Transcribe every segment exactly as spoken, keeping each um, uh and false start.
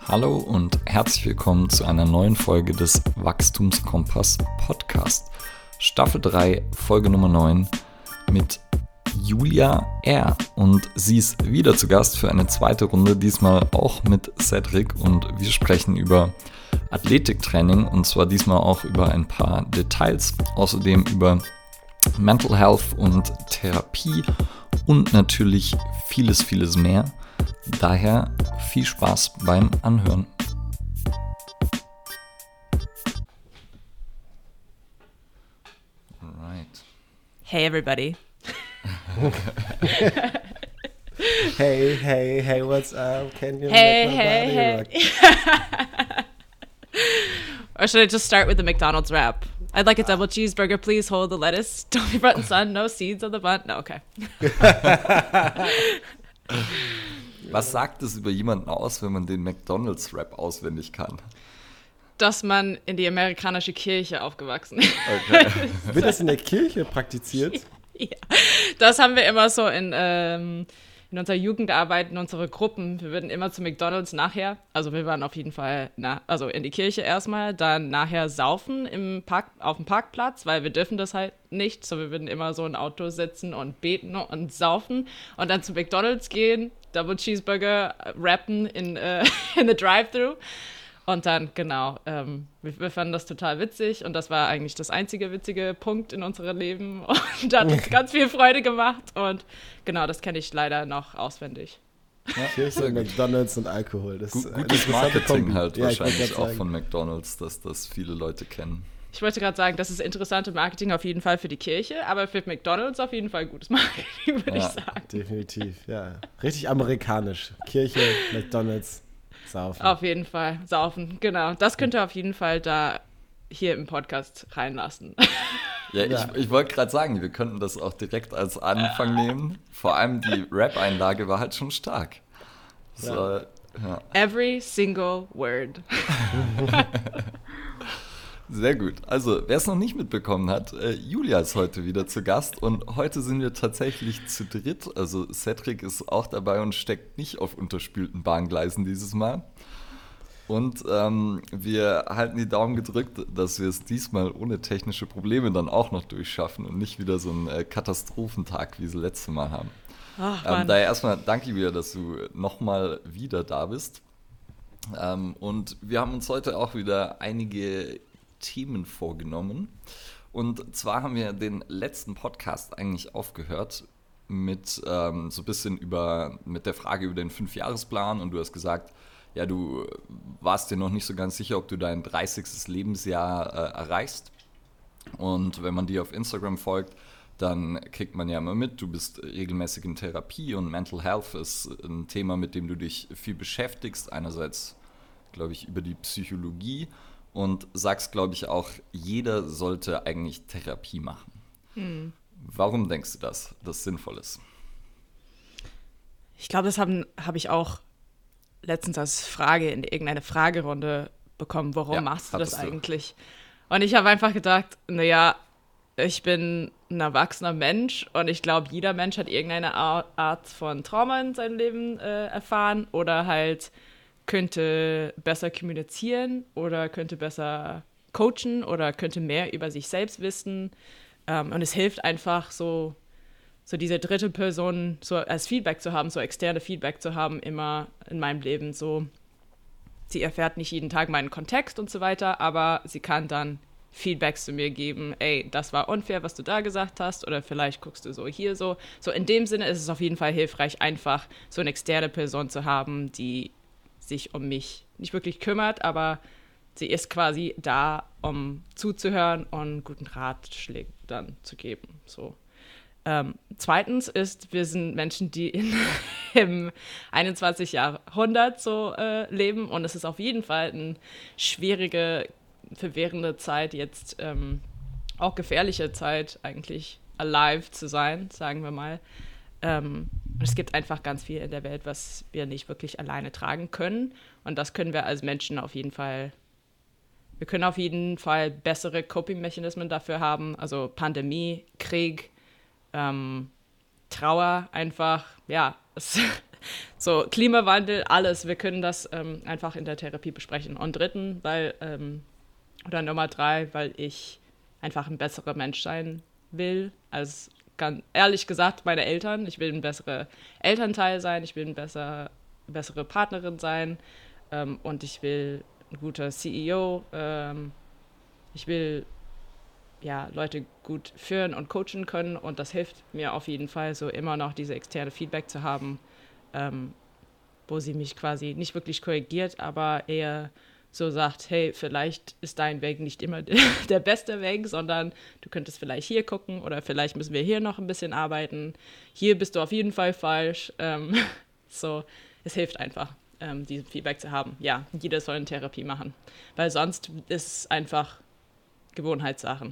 Hallo und herzlich willkommen zu einer neuen Folge des Wachstumskompass Podcast. Staffel drei, Folge Nummer neun mit Julia R. Und sie ist wieder zu Gast für eine zweite Runde, diesmal auch mit Cedric. Und wir sprechen über Athletiktraining und zwar diesmal auch über ein paar Details, außerdem über Mental Health und Therapie und natürlich vieles, vieles mehr. Daher viel Spaß beim Anhören. Alright. Hey everybody. Hey, hey, hey, what's up? Can you Hey, make my hey, body hey. Or should I just start with the McDonald's wrap? I'd like a double cheeseburger, please. Hold the lettuce. Don't be front and sun. No seeds on the bun. No, okay. Was sagt es über jemanden aus, wenn man den McDonald's-Rap auswendig kann? Dass man in die amerikanische Kirche aufgewachsen ist. Okay. Wird das in der Kirche praktiziert? Ja, das haben wir immer so in, ähm, in unserer Jugendarbeit, in unsere Gruppen. Wir würden immer zu McDonald's nachher, also wir waren auf jeden Fall na, also in die Kirche erstmal, dann nachher saufen im Park, auf dem Parkplatz, weil wir dürfen das halt nicht. So, wir würden immer so im Auto sitzen und beten und saufen und dann zu McDonald's gehen, Double Cheeseburger rappen in, äh, in the Drive-Thru. Und dann, genau, ähm, wir, wir fanden das total witzig und das war eigentlich das einzige witzige Punkt in unserem Leben und hat uns ganz viel Freude gemacht und genau, das kenne ich leider noch auswendig. Ja, Kirche, McDonald's und Alkohol. Das Gut, ist gutes Marketing halt ja, wahrscheinlich auch von McDonald's, dass das viele Leute kennen. Ich wollte gerade sagen, das ist interessante Marketing auf jeden Fall für die Kirche, aber für McDonald's auf jeden Fall gutes Marketing, würde Ja, ich sagen. Definitiv, ja. Richtig amerikanisch. Kirche, McDonald's, saufen. Auf jeden Fall, saufen, genau. Das könnt ihr auf jeden Fall da hier im Podcast reinlassen. Ja, ich, Ja. ich wollte gerade sagen, wir könnten das auch direkt als Anfang nehmen. Vor allem die Rap-Einlage war halt schon stark. So, ja. Ja. Every single word. Sehr gut. Also, wer es noch nicht mitbekommen hat, äh, Julia ist heute wieder zu Gast und heute sind wir tatsächlich zu dritt. Also Cedric ist auch dabei und steckt nicht auf unterspülten Bahngleisen dieses Mal. Und ähm, wir halten die Daumen gedrückt, dass wir es diesmal ohne technische Probleme dann auch noch durchschaffen und nicht wieder so einen äh, Katastrophentag, wie sie letztes Mal haben. Ach, Ähm, Mann. daher erstmal danke dir, dass du nochmal wieder da bist. Ähm, und wir haben uns heute auch wieder einige Themen vorgenommen. Und zwar haben wir den letzten Podcast eigentlich aufgehört mit ähm, so ein bisschen über, mit der Frage über den Fünfjahresplan und du hast gesagt, ja, du warst dir noch nicht so ganz sicher, ob du dein dreißigstes Lebensjahr äh, erreichst. Und wenn man dir auf Instagram folgt, dann kriegt man ja immer mit, du bist regelmäßig in Therapie und Mental Health ist ein Thema, mit dem du dich viel beschäftigst. Einerseits, glaube ich, über die Psychologie und sagst, glaube ich, auch, jeder sollte eigentlich Therapie machen. Hm. Warum denkst du, dass das sinnvoll ist? Ich glaube, das habe hab ich auch letztens als Frage in irgendeine Fragerunde bekommen. Warum Ja, machst du das hattest du. eigentlich? Und ich habe einfach gedacht, naja, ich bin ein erwachsener Mensch und ich glaube, jeder Mensch hat irgendeine Ar- Art von Trauma in seinem Leben äh, erfahren oder halt könnte besser kommunizieren oder könnte besser coachen oder könnte mehr über sich selbst wissen. Ähm, und es hilft einfach so, so diese dritte Person so als Feedback zu haben, so externe Feedback zu haben, immer in meinem Leben. So, sie erfährt nicht jeden Tag meinen Kontext und so weiter, aber sie kann dann Feedbacks zu mir geben, ey, das war unfair, was du da gesagt hast, oder vielleicht guckst du so hier so. So in dem Sinne ist es auf jeden Fall hilfreich, einfach so eine externe Person zu haben, die sich um mich nicht wirklich kümmert, aber sie ist quasi da, um zuzuhören und guten Ratschläge dann zu geben. So. Ähm, zweitens ist, wir sind Menschen, die in, im einundzwanzigsten Jahrhundert so äh, leben und es ist auf jeden Fall eine schwierige, verwirrende Zeit, jetzt ähm, auch gefährliche Zeit eigentlich alive zu sein, sagen wir mal. Ähm, es gibt einfach ganz viel in der Welt, was wir nicht wirklich alleine tragen können. Und das können wir als Menschen auf jeden Fall, wir können auf jeden Fall bessere Coping-Mechanismen dafür haben. Also Pandemie, Krieg, ähm, Trauer einfach, ja, es so Klimawandel, alles. Wir können das ähm, einfach in der Therapie besprechen. Und dritten, weil, ähm, oder Nummer drei, weil ich einfach ein besserer Mensch sein will, als ganz ehrlich gesagt meine Eltern. Ich will ein besserer Elternteil sein, ich will ein besser, bessere Partnerin sein ähm, und ich will ein guter C E O. Ähm, ich will ja, Leute gut führen und coachen können und das hilft mir auf jeden Fall, so immer noch diese externe Feedback zu haben, ähm, wo sie mich quasi nicht wirklich korrigiert, aber eher so sagt, hey, vielleicht ist dein Weg nicht immer der beste Weg, sondern du könntest vielleicht hier gucken oder vielleicht müssen wir hier noch ein bisschen arbeiten. Hier bist du auf jeden Fall falsch. Ähm, so, es hilft einfach, ähm, diesen Feedback zu haben. Ja, jeder soll eine Therapie machen, weil sonst ist es einfach Gewohnheitssachen.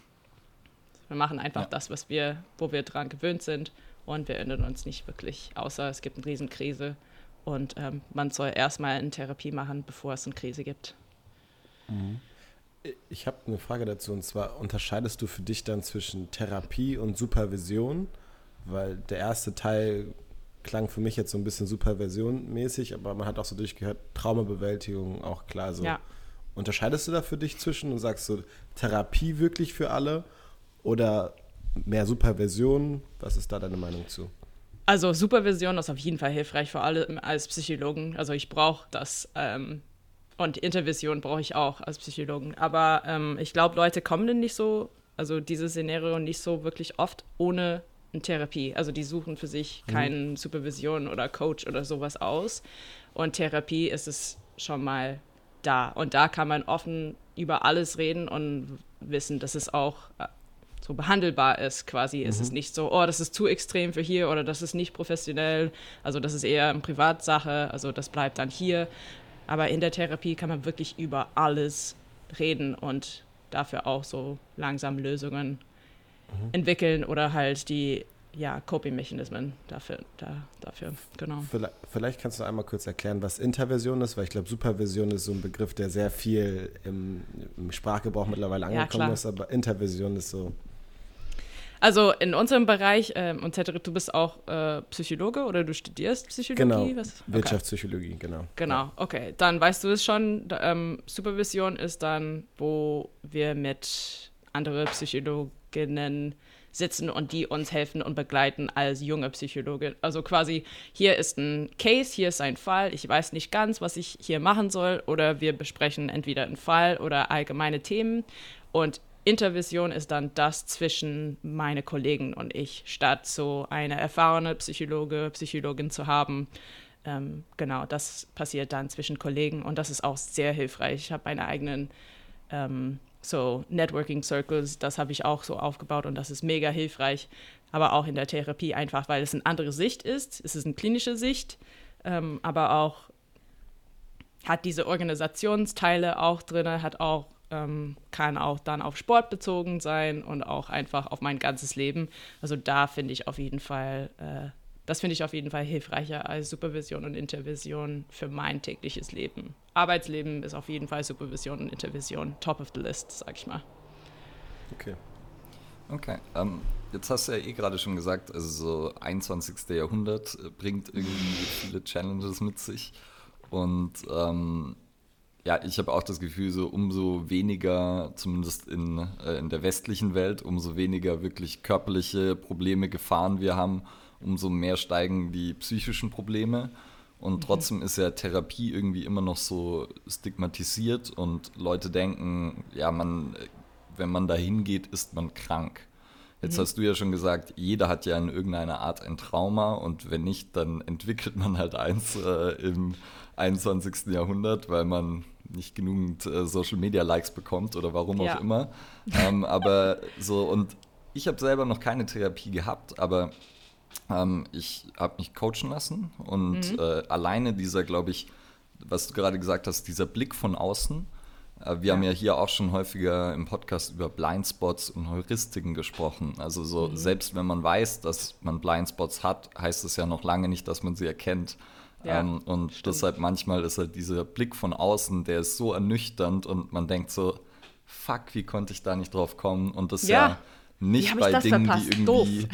Wir machen einfach ja. das, was wir, wo wir dran gewöhnt sind und wir ändern uns nicht wirklich, außer es gibt eine Riesenkrise und ähm, man soll erstmal eine Therapie machen, bevor es eine Krise gibt. Mhm. Ich habe eine Frage dazu und zwar, unterscheidest du für dich dann zwischen Therapie und Supervision? Weil der erste Teil klang für mich jetzt so ein bisschen Supervision-mäßig, aber man hat auch so durchgehört, Traumabewältigung auch klar so. Ja. Unterscheidest du da für dich zwischen und sagst so, Therapie wirklich für alle oder mehr Supervision? Was ist da deine Meinung zu? Also Supervision ist auf jeden Fall hilfreich, vor allem als Psychologen. Also ich brauche das ähm, und Intervision brauche ich auch als Psychologen. Aber ähm, ich glaube, Leute kommen denn nicht so, also diese Szenario nicht so wirklich oft ohne eine Therapie. Also die suchen für sich mhm. keine Supervision oder Coach oder sowas aus. Und Therapie ist es schon mal da. Und da kann man offen über alles reden und wissen, dass es auch so behandelbar ist quasi. Mhm. Es ist nicht so, oh, das ist zu extrem für hier oder das ist nicht professionell. Also das ist eher eine Privatsache. Also das bleibt dann hier. Aber in der Therapie kann man wirklich über alles reden und dafür auch so langsam Lösungen mhm. entwickeln oder halt die ja, Coping-Mechanismen dafür, da, dafür, genau. Vielleicht, vielleicht kannst du einmal kurz erklären, was Interversion ist, weil ich glaube, Supervision ist so ein Begriff, der sehr viel im, im Sprachgebrauch mittlerweile angekommen ja, ist, aber Interversion ist so. Also in unserem Bereich, ähm, und Cedric, du bist auch äh, Psychologe oder du studierst Psychologie? Genau, was? Okay. Wirtschaftspsychologie, genau. Genau, ja. okay. Dann weißt du es schon, ähm, Supervision ist dann, wo wir mit anderen Psychologinnen sitzen und die uns helfen und begleiten als junge Psychologe. Also quasi, hier ist ein Case, hier ist ein Fall, ich weiß nicht ganz, was ich hier machen soll oder wir besprechen entweder einen Fall oder allgemeine Themen und Intervision ist dann das zwischen meine Kollegen und ich, statt so eine erfahrene Psychologe, Psychologin zu haben. Ähm, genau, das passiert dann zwischen Kollegen und das ist auch sehr hilfreich. Ich habe meine eigenen ähm, so Networking Circles, das habe ich auch so aufgebaut und das ist mega hilfreich, aber auch in der Therapie einfach, weil es eine andere Sicht ist, es ist eine klinische Sicht, ähm, aber auch hat diese Organisationsteile auch drin, hat auch, ähm, kann auch dann auf Sport bezogen sein und auch einfach auf mein ganzes Leben. Also da finde ich auf jeden Fall, äh, das finde ich auf jeden Fall hilfreicher als Supervision und Intervision für mein tägliches Leben. Arbeitsleben ist auf jeden Fall Supervision und Intervision top of the list, sag ich mal. Okay. Okay, ähm, jetzt hast du ja eh gerade schon gesagt, also so einundzwanzigste Jahrhundert bringt irgendwie viele Challenges mit sich und ähm, ja, ich habe auch das Gefühl, so umso weniger, zumindest in, äh, in der westlichen Welt, umso weniger wirklich körperliche Probleme, Gefahren wir haben, umso mehr steigen die psychischen Probleme. Und trotzdem ist ja Therapie irgendwie immer noch so stigmatisiert und Leute denken, ja, man, wenn man da hingeht, ist man krank. Jetzt mhm. hast du ja schon gesagt, jeder hat ja in irgendeiner Art ein Trauma und wenn nicht, dann entwickelt man halt eins äh, im einundzwanzigsten Jahrhundert, weil man nicht genügend äh, Social-Media-Likes bekommt oder warum ja. auch immer. Ähm, aber so, und ich habe selber noch keine Therapie gehabt, aber Ähm, ich habe mich coachen lassen und mhm. äh, alleine dieser, glaube ich, was du gerade gesagt hast, dieser Blick von außen. Äh, wir ja. haben ja hier auch schon häufiger im Podcast über Blindspots und Heuristiken gesprochen. Also so mhm. selbst wenn man weiß, dass man Blindspots hat, heißt es ja noch lange nicht, dass man sie erkennt. Ja, ähm, und stimmt. Deshalb manchmal ist halt dieser Blick von außen, der ist so ernüchternd und man denkt so, fuck, wie konnte ich da nicht drauf kommen? Und das ja, ja nicht bei Dingen, verpasst? die irgendwie... Doof.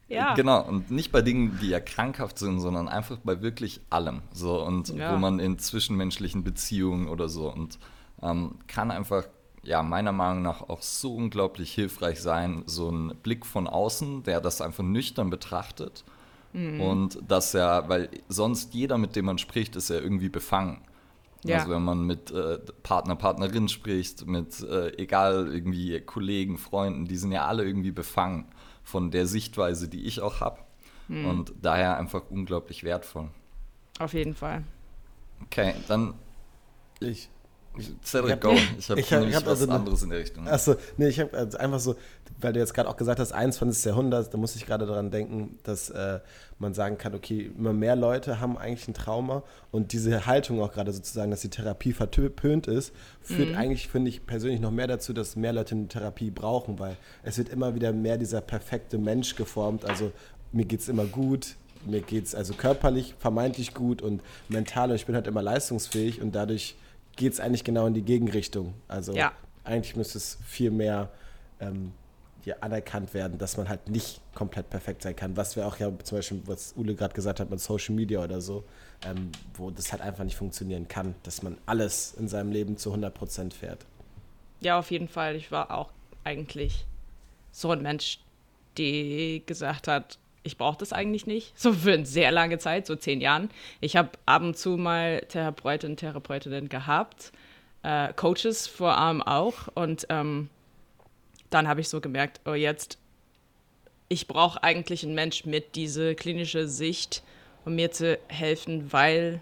Ja. Genau, und nicht bei Dingen, die ja krankhaft sind, sondern einfach bei wirklich allem. So, und Ja. wo man in zwischenmenschlichen Beziehungen oder so und ähm, kann einfach, ja, meiner Meinung nach auch so unglaublich hilfreich sein, so ein Blick von außen, der das einfach nüchtern betrachtet. Mhm. Und das ja, weil sonst jeder, mit dem man spricht, ist ja irgendwie befangen. Ja. Also wenn man mit äh, Partner, Partnerin spricht, mit äh, egal irgendwie Kollegen, Freunden, die sind ja alle irgendwie befangen von der Sichtweise, die ich auch habe. Mhm. Und daher einfach unglaublich wertvoll. Auf jeden Fall. Okay, dann Ich. Cedric, Ich go. hab- Ich habe ich hab- nämlich ich hab was also ne- anderes in der Richtung. Achso, nee, ich habe also einfach so, weil du jetzt gerade auch gesagt hast, einundzwanzigsten. Jahrhundert, da muss ich gerade daran denken, dass äh, man sagen kann, okay, immer mehr Leute haben eigentlich ein Trauma und diese Haltung auch gerade sozusagen, dass die Therapie verpönt ist, führt Mhm. eigentlich, finde ich persönlich, noch mehr dazu, dass mehr Leute eine Therapie brauchen, weil es wird immer wieder mehr dieser perfekte Mensch geformt, also mir geht es immer gut, mir geht es also körperlich vermeintlich gut und mental und ich bin halt immer leistungsfähig und dadurch geht es eigentlich genau in die Gegenrichtung. Also Ja. eigentlich müsste es viel mehr ähm, hier anerkannt werden, dass man halt nicht komplett perfekt sein kann. Was wir auch ja zum Beispiel, was Ule gerade gesagt hat mit Social Media oder so, ähm, wo das halt einfach nicht funktionieren kann, dass man alles in seinem Leben zu hundert Prozent fährt. Ja, auf jeden Fall. Ich war auch eigentlich so ein Mensch, der gesagt hat, ich brauche das eigentlich nicht. So für eine sehr lange Zeit, so zehn Jahren. Ich habe ab und zu mal Therapeutinnen, Therapeutinnen gehabt, äh, Coaches vor allem auch. Und ähm, dann habe ich so gemerkt, oh jetzt, ich brauche eigentlich einen Mensch mit dieser klinischen Sicht, um mir zu helfen, weil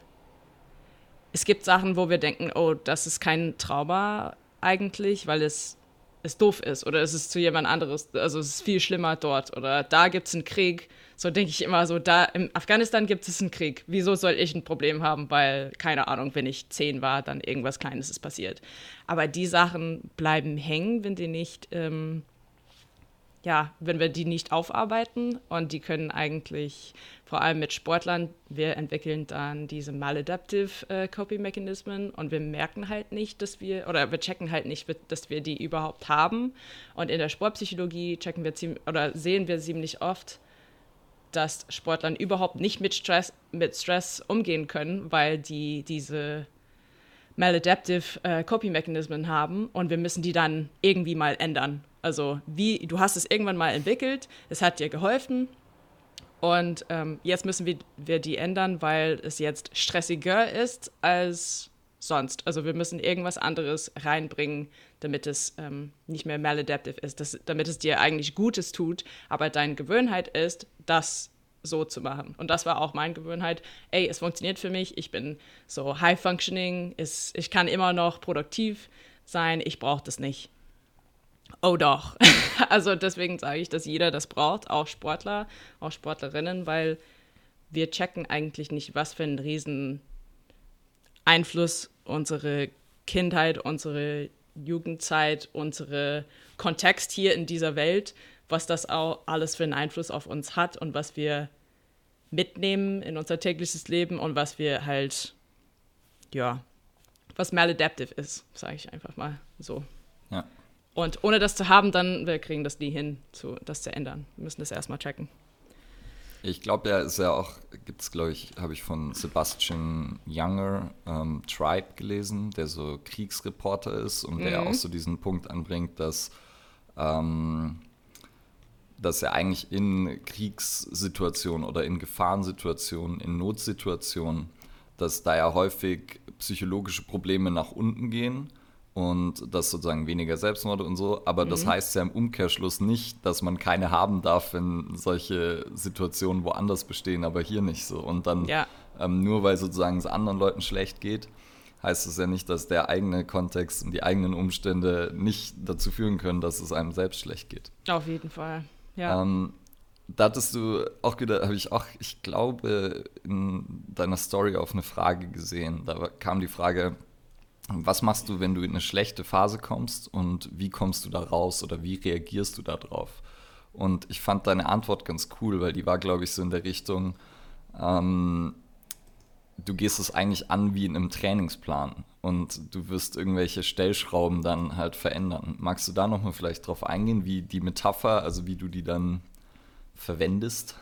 es gibt Sachen, wo wir denken, oh, das ist kein Trauma eigentlich, weil es, es doof ist oder es ist zu jemand anderes, also es ist viel schlimmer dort oder da gibt es einen Krieg. So denke ich immer so, da in Afghanistan gibt es einen Krieg. Wieso soll ich ein Problem haben, weil, keine Ahnung, wenn ich zehn war, dann irgendwas Kleines ist passiert. Aber die Sachen bleiben hängen, wenn die nicht, ähm, ja, wenn wir die nicht aufarbeiten und die können eigentlich, vor allem mit Sportlern, wir entwickeln dann diese maladaptive äh, Coping-Mechanismen und wir merken halt nicht, dass wir, oder wir checken halt nicht, dass wir die überhaupt haben. Und in der Sportpsychologie checken wir ziemlich, oder sehen wir ziemlich oft, dass Sportlern überhaupt nicht mit Stress, mit Stress umgehen können, weil die diese maladaptive äh, Coping-Mechanismen haben und wir müssen die dann irgendwie mal ändern. Also wie, du hast es irgendwann mal entwickelt, es hat dir geholfen und ähm, jetzt müssen wir, wir die ändern, weil es jetzt stressiger ist als sonst. Also wir müssen irgendwas anderes reinbringen, damit es ähm, nicht mehr maladaptive ist, das, damit es dir eigentlich Gutes tut, aber deine Gewohnheit ist, das so zu machen. Und das war auch meine Gewohnheit. Ey, es funktioniert für mich, ich bin so high-functioning, ist, ich kann immer noch produktiv sein, ich brauche das nicht. Oh doch. Also deswegen sage ich, dass jeder das braucht, auch Sportler, auch Sportlerinnen, weil wir checken eigentlich nicht, was für einen riesen Einfluss unsere Kindheit, unsere Jugendzeit, unsere Kontext hier in dieser Welt, was das auch alles für einen Einfluss auf uns hat und was wir mitnehmen in unser tägliches Leben und was wir halt, ja, was maladaptive ist, sage ich einfach mal so. Ja. Und ohne das zu haben, dann, wir kriegen das nie hin, zu, das zu ändern. Wir müssen das erstmal checken. Ich glaube, ja, ist ja auch, gibt es, glaube ich, habe ich von Sebastian Younger ähm, Tribe gelesen, der so Kriegsreporter ist und der Mhm. auch so diesen Punkt anbringt, dass, ähm, dass er eigentlich in Kriegssituationen oder in Gefahrensituationen, in Notsituationen, dass da ja häufig psychologische Probleme nach unten gehen. Und das sozusagen weniger Selbstmord und so. Aber mhm. das heißt ja im Umkehrschluss nicht, dass man keine haben darf, wenn solche Situationen woanders bestehen, aber hier nicht so. Und dann Ja. ähm, nur weil sozusagen es anderen Leuten schlecht geht, heißt es ja nicht, dass der eigene Kontext und die eigenen Umstände nicht dazu führen können, dass es einem selbst schlecht geht. Auf jeden Fall, ja. Ähm, da hattest du auch wieder, habe ich auch, ich glaube, in deiner Story auf eine Frage gesehen. Da kam die Frage, was machst du, wenn du in eine schlechte Phase kommst und wie kommst du da raus oder wie reagierst du da drauf? Und ich fand deine Antwort ganz cool, weil die war, glaube ich, so in der Richtung, ähm, du gehst es eigentlich an wie in einem Trainingsplan und du wirst irgendwelche Stellschrauben dann halt verändern. Magst du da nochmal vielleicht drauf eingehen, wie die Metapher, also wie du die dann verwendest?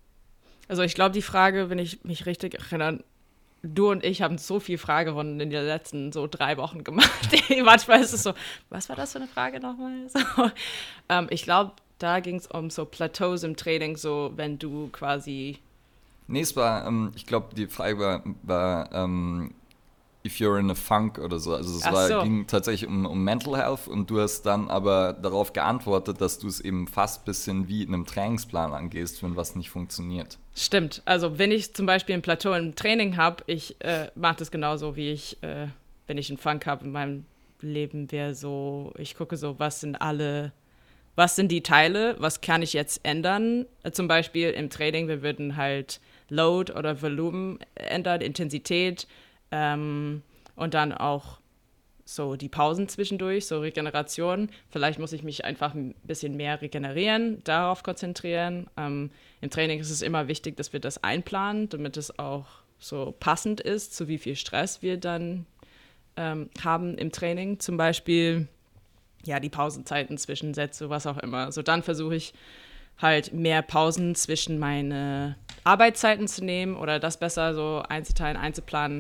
Also ich glaube, die Frage, wenn ich mich richtig erinnere, du und ich haben so viel Fragerunden in den letzten so drei Wochen gemacht. Manchmal ist es so, was war das für eine Frage nochmal? So, ähm, ich glaube, da ging es um so Plateaus im Training, so wenn du quasi... Nee, es war, ähm, ich glaube, die Frage war, war ähm, if you're in a funk oder so. Also es Ach war, so. ging tatsächlich um, um Mental Health und du hast dann aber darauf geantwortet, dass du es eben fast ein bisschen wie in einem Trainingsplan angehst, wenn was nicht funktioniert. Stimmt. Also wenn ich zum Beispiel ein Plateau im Training habe, ich äh, mache das genauso, wie ich, äh, wenn ich einen Funk habe in meinem Leben, wäre so, ich gucke so, was sind alle, was sind die Teile, was kann ich jetzt ändern? Äh, zum Beispiel im Training, wir würden halt Load oder Volumen ändern, Intensität ähm, und dann auch so die Pausen zwischendurch, so Regeneration. Vielleicht muss ich mich einfach ein bisschen mehr regenerieren, darauf konzentrieren. Ähm, Im Training ist es immer wichtig, dass wir das einplanen, damit es auch so passend ist, zu wie viel Stress wir dann ähm, haben im Training. Zum Beispiel, ja, die Pausenzeiten, Zwischensätze, was auch immer. So dann versuche ich halt mehr Pausen zwischen meine Arbeitszeiten zu nehmen oder das besser so einzuteilen, einzuplanen.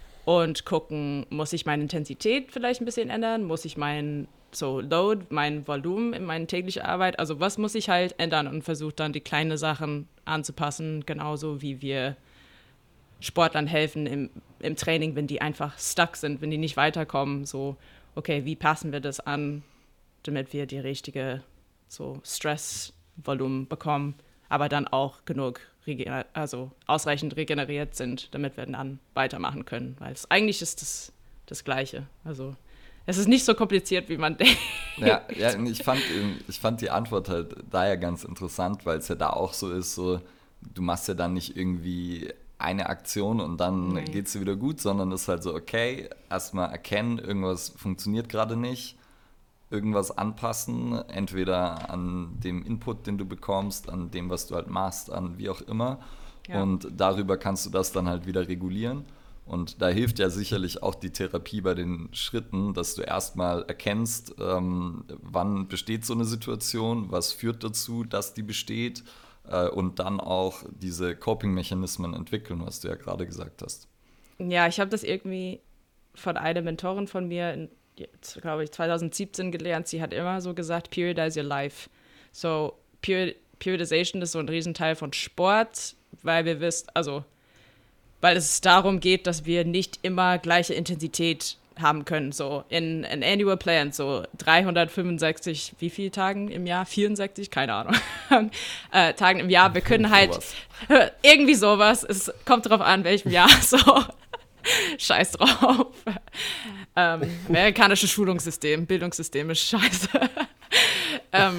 Und gucken, muss ich meine Intensität vielleicht ein bisschen ändern? Muss ich mein so Load, mein Volumen in meine tägliche Arbeit, also was muss ich halt ändern und versuche dann die kleinen Sachen anzupassen, genauso wie wir Sportlern helfen im, im Training, wenn die einfach stuck sind, wenn die nicht weiterkommen, so, okay, wie passen wir das an, damit wir die richtige so Stressvolumen bekommen, aber dann auch genug also ausreichend regeneriert sind, damit wir dann weitermachen können. Weil es eigentlich ist das, das Gleiche. Also es ist nicht so kompliziert, wie man denkt. Ja, ja ich, fand, ich fand die Antwort halt da ja ganz interessant, weil es ja da auch so ist, so du machst ja dann nicht irgendwie eine Aktion und dann nee. geht's dir wieder gut, sondern es ist halt so, okay, erstmal erkennen, irgendwas funktioniert gerade nicht, irgendwas anpassen, entweder an dem Input, den du bekommst, an dem, was du halt machst, an wie auch immer. Ja. Und darüber kannst du das dann halt wieder regulieren. Und da hilft ja sicherlich auch die Therapie bei den Schritten, dass du erstmal erkennst, ähm, wann besteht so eine Situation, was führt dazu, dass die besteht, äh, und dann auch diese Coping-Mechanismen entwickeln, was du ja gerade gesagt hast. Ja, ich habe das irgendwie von einer Mentorin von mir in jetzt, glaube ich, zwanzig siebzehn gelernt. Sie hat immer so gesagt, periodize your life. So, Period- Periodization ist so ein Riesenteil von Sport, weil wir wissen, also, weil es darum geht, dass wir nicht immer gleiche Intensität haben können. So, in an Annual Plan, so dreihundertfünfundsechzig, wie viele Tagen im Jahr? vierundsechzig? Keine Ahnung. äh, Tagen im Jahr. Wir können halt sowas. irgendwie sowas. Es kommt darauf an, welchem Jahr. So. Scheiß drauf. ähm, amerikanisches Schulungssystem, Bildungssystem ist scheiße. ähm,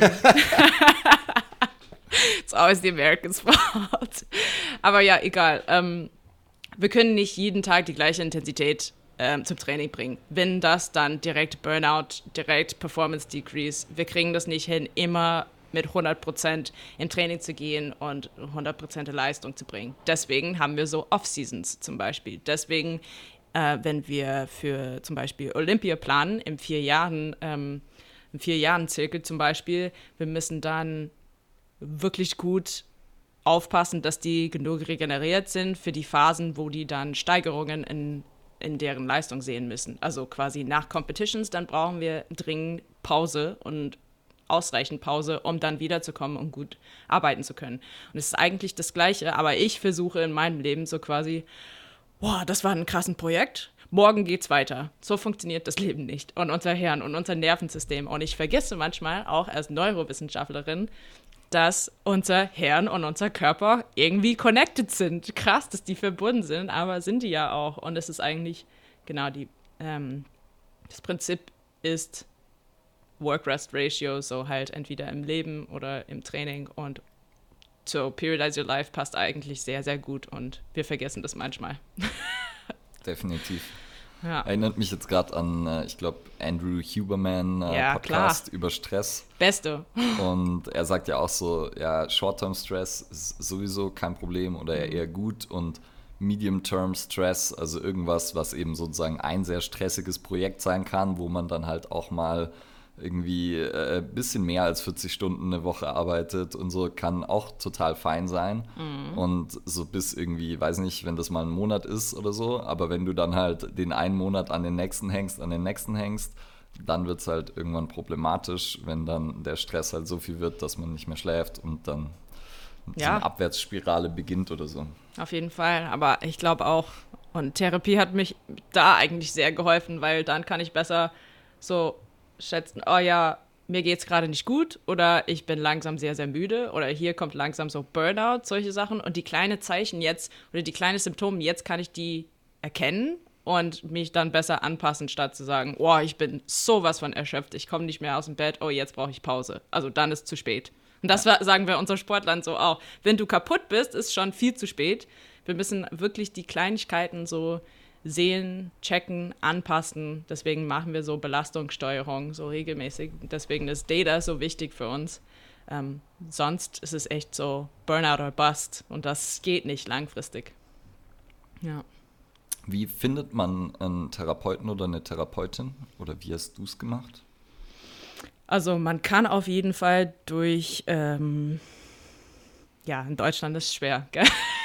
It's always the Americans' fault. Aber ja, egal. Ähm, wir können nicht jeden Tag die gleiche Intensität ähm, zum Training bringen. Wenn das, dann direkt Burnout, direkt Performance Decrease. Wir kriegen das nicht hin, immer mit hundert Prozent im Training zu gehen und hundert Prozent Leistung zu bringen. Deswegen haben wir so Off-Seasons zum Beispiel. Deswegen, äh, wenn wir für zum Beispiel Olympia planen, im vier Jahren, ähm, im vier Jahren Zirkel zum Beispiel, wir müssen dann wirklich gut aufpassen, dass die genug regeneriert sind für die Phasen, wo die dann Steigerungen in, in deren Leistung sehen müssen. Also quasi nach Competitions, dann brauchen wir dringend Pause und ausreichend Pause, um dann wiederzukommen und gut arbeiten zu können. Und es ist eigentlich das Gleiche, aber ich versuche in meinem Leben so quasi, boah, das war ein krasses Projekt, morgen geht's weiter. So funktioniert das Leben nicht und unser Hirn und unser Nervensystem. Und ich vergesse manchmal, auch als Neurowissenschaftlerin, dass unser Hirn und unser Körper irgendwie connected sind. Krass, dass die verbunden sind, aber sind die ja auch. Und es ist eigentlich, genau, die, ähm, das Prinzip ist Work-Rest-Ratio, so halt entweder im Leben oder im Training. Und so Periodize Your Life passt eigentlich sehr, sehr gut und wir vergessen das manchmal. Definitiv. Ja. Erinnert mich jetzt gerade an, äh, ich glaube, Andrew Huberman äh, ja, Podcast klar. über Stress. Beste. Und er sagt ja auch so, ja, Short-Term-Stress ist sowieso kein Problem oder ja eher gut und Medium-Term-Stress, also irgendwas, was eben sozusagen ein sehr stressiges Projekt sein kann, wo man dann halt auch mal irgendwie ein äh, bisschen mehr als vierzig Stunden eine Woche arbeitet und so, kann auch total fein sein. Mhm. Und so bis irgendwie, weiß nicht, wenn das mal ein Monat ist oder so, aber wenn du dann halt den einen Monat an den nächsten hängst, an den nächsten hängst, dann wird es halt irgendwann problematisch, wenn dann der Stress halt so viel wird, dass man nicht mehr schläft und dann ja. so eine Abwärtsspirale beginnt oder so. Auf jeden Fall, aber ich glaube auch, und Therapie hat mich da eigentlich sehr geholfen, weil dann kann ich besser so schätzen, oh ja, mir geht's gerade nicht gut oder ich bin langsam sehr, sehr müde oder hier kommt langsam so Burnout, solche Sachen. Und die kleinen Zeichen jetzt oder die kleinen Symptome, jetzt kann ich die erkennen und mich dann besser anpassen, statt zu sagen, oh, ich bin sowas von erschöpft, ich komme nicht mehr aus dem Bett, oh, jetzt brauche ich Pause. Also dann ist zu spät. Und das ja. sagen wir unseren Sportlern so auch. Wenn du kaputt bist, ist schon viel zu spät. Wir müssen wirklich die Kleinigkeiten so sehen, checken, anpassen. Deswegen machen wir so Belastungssteuerung so regelmäßig. Deswegen ist Data so wichtig für uns. Ähm, sonst ist es echt so Burnout or Bust und das geht nicht langfristig. Ja. Wie findet man einen Therapeuten oder eine Therapeutin? Oder wie hast du es gemacht? Also man kann auf jeden Fall durch, ähm, ja, in Deutschland ist es schwer, gell?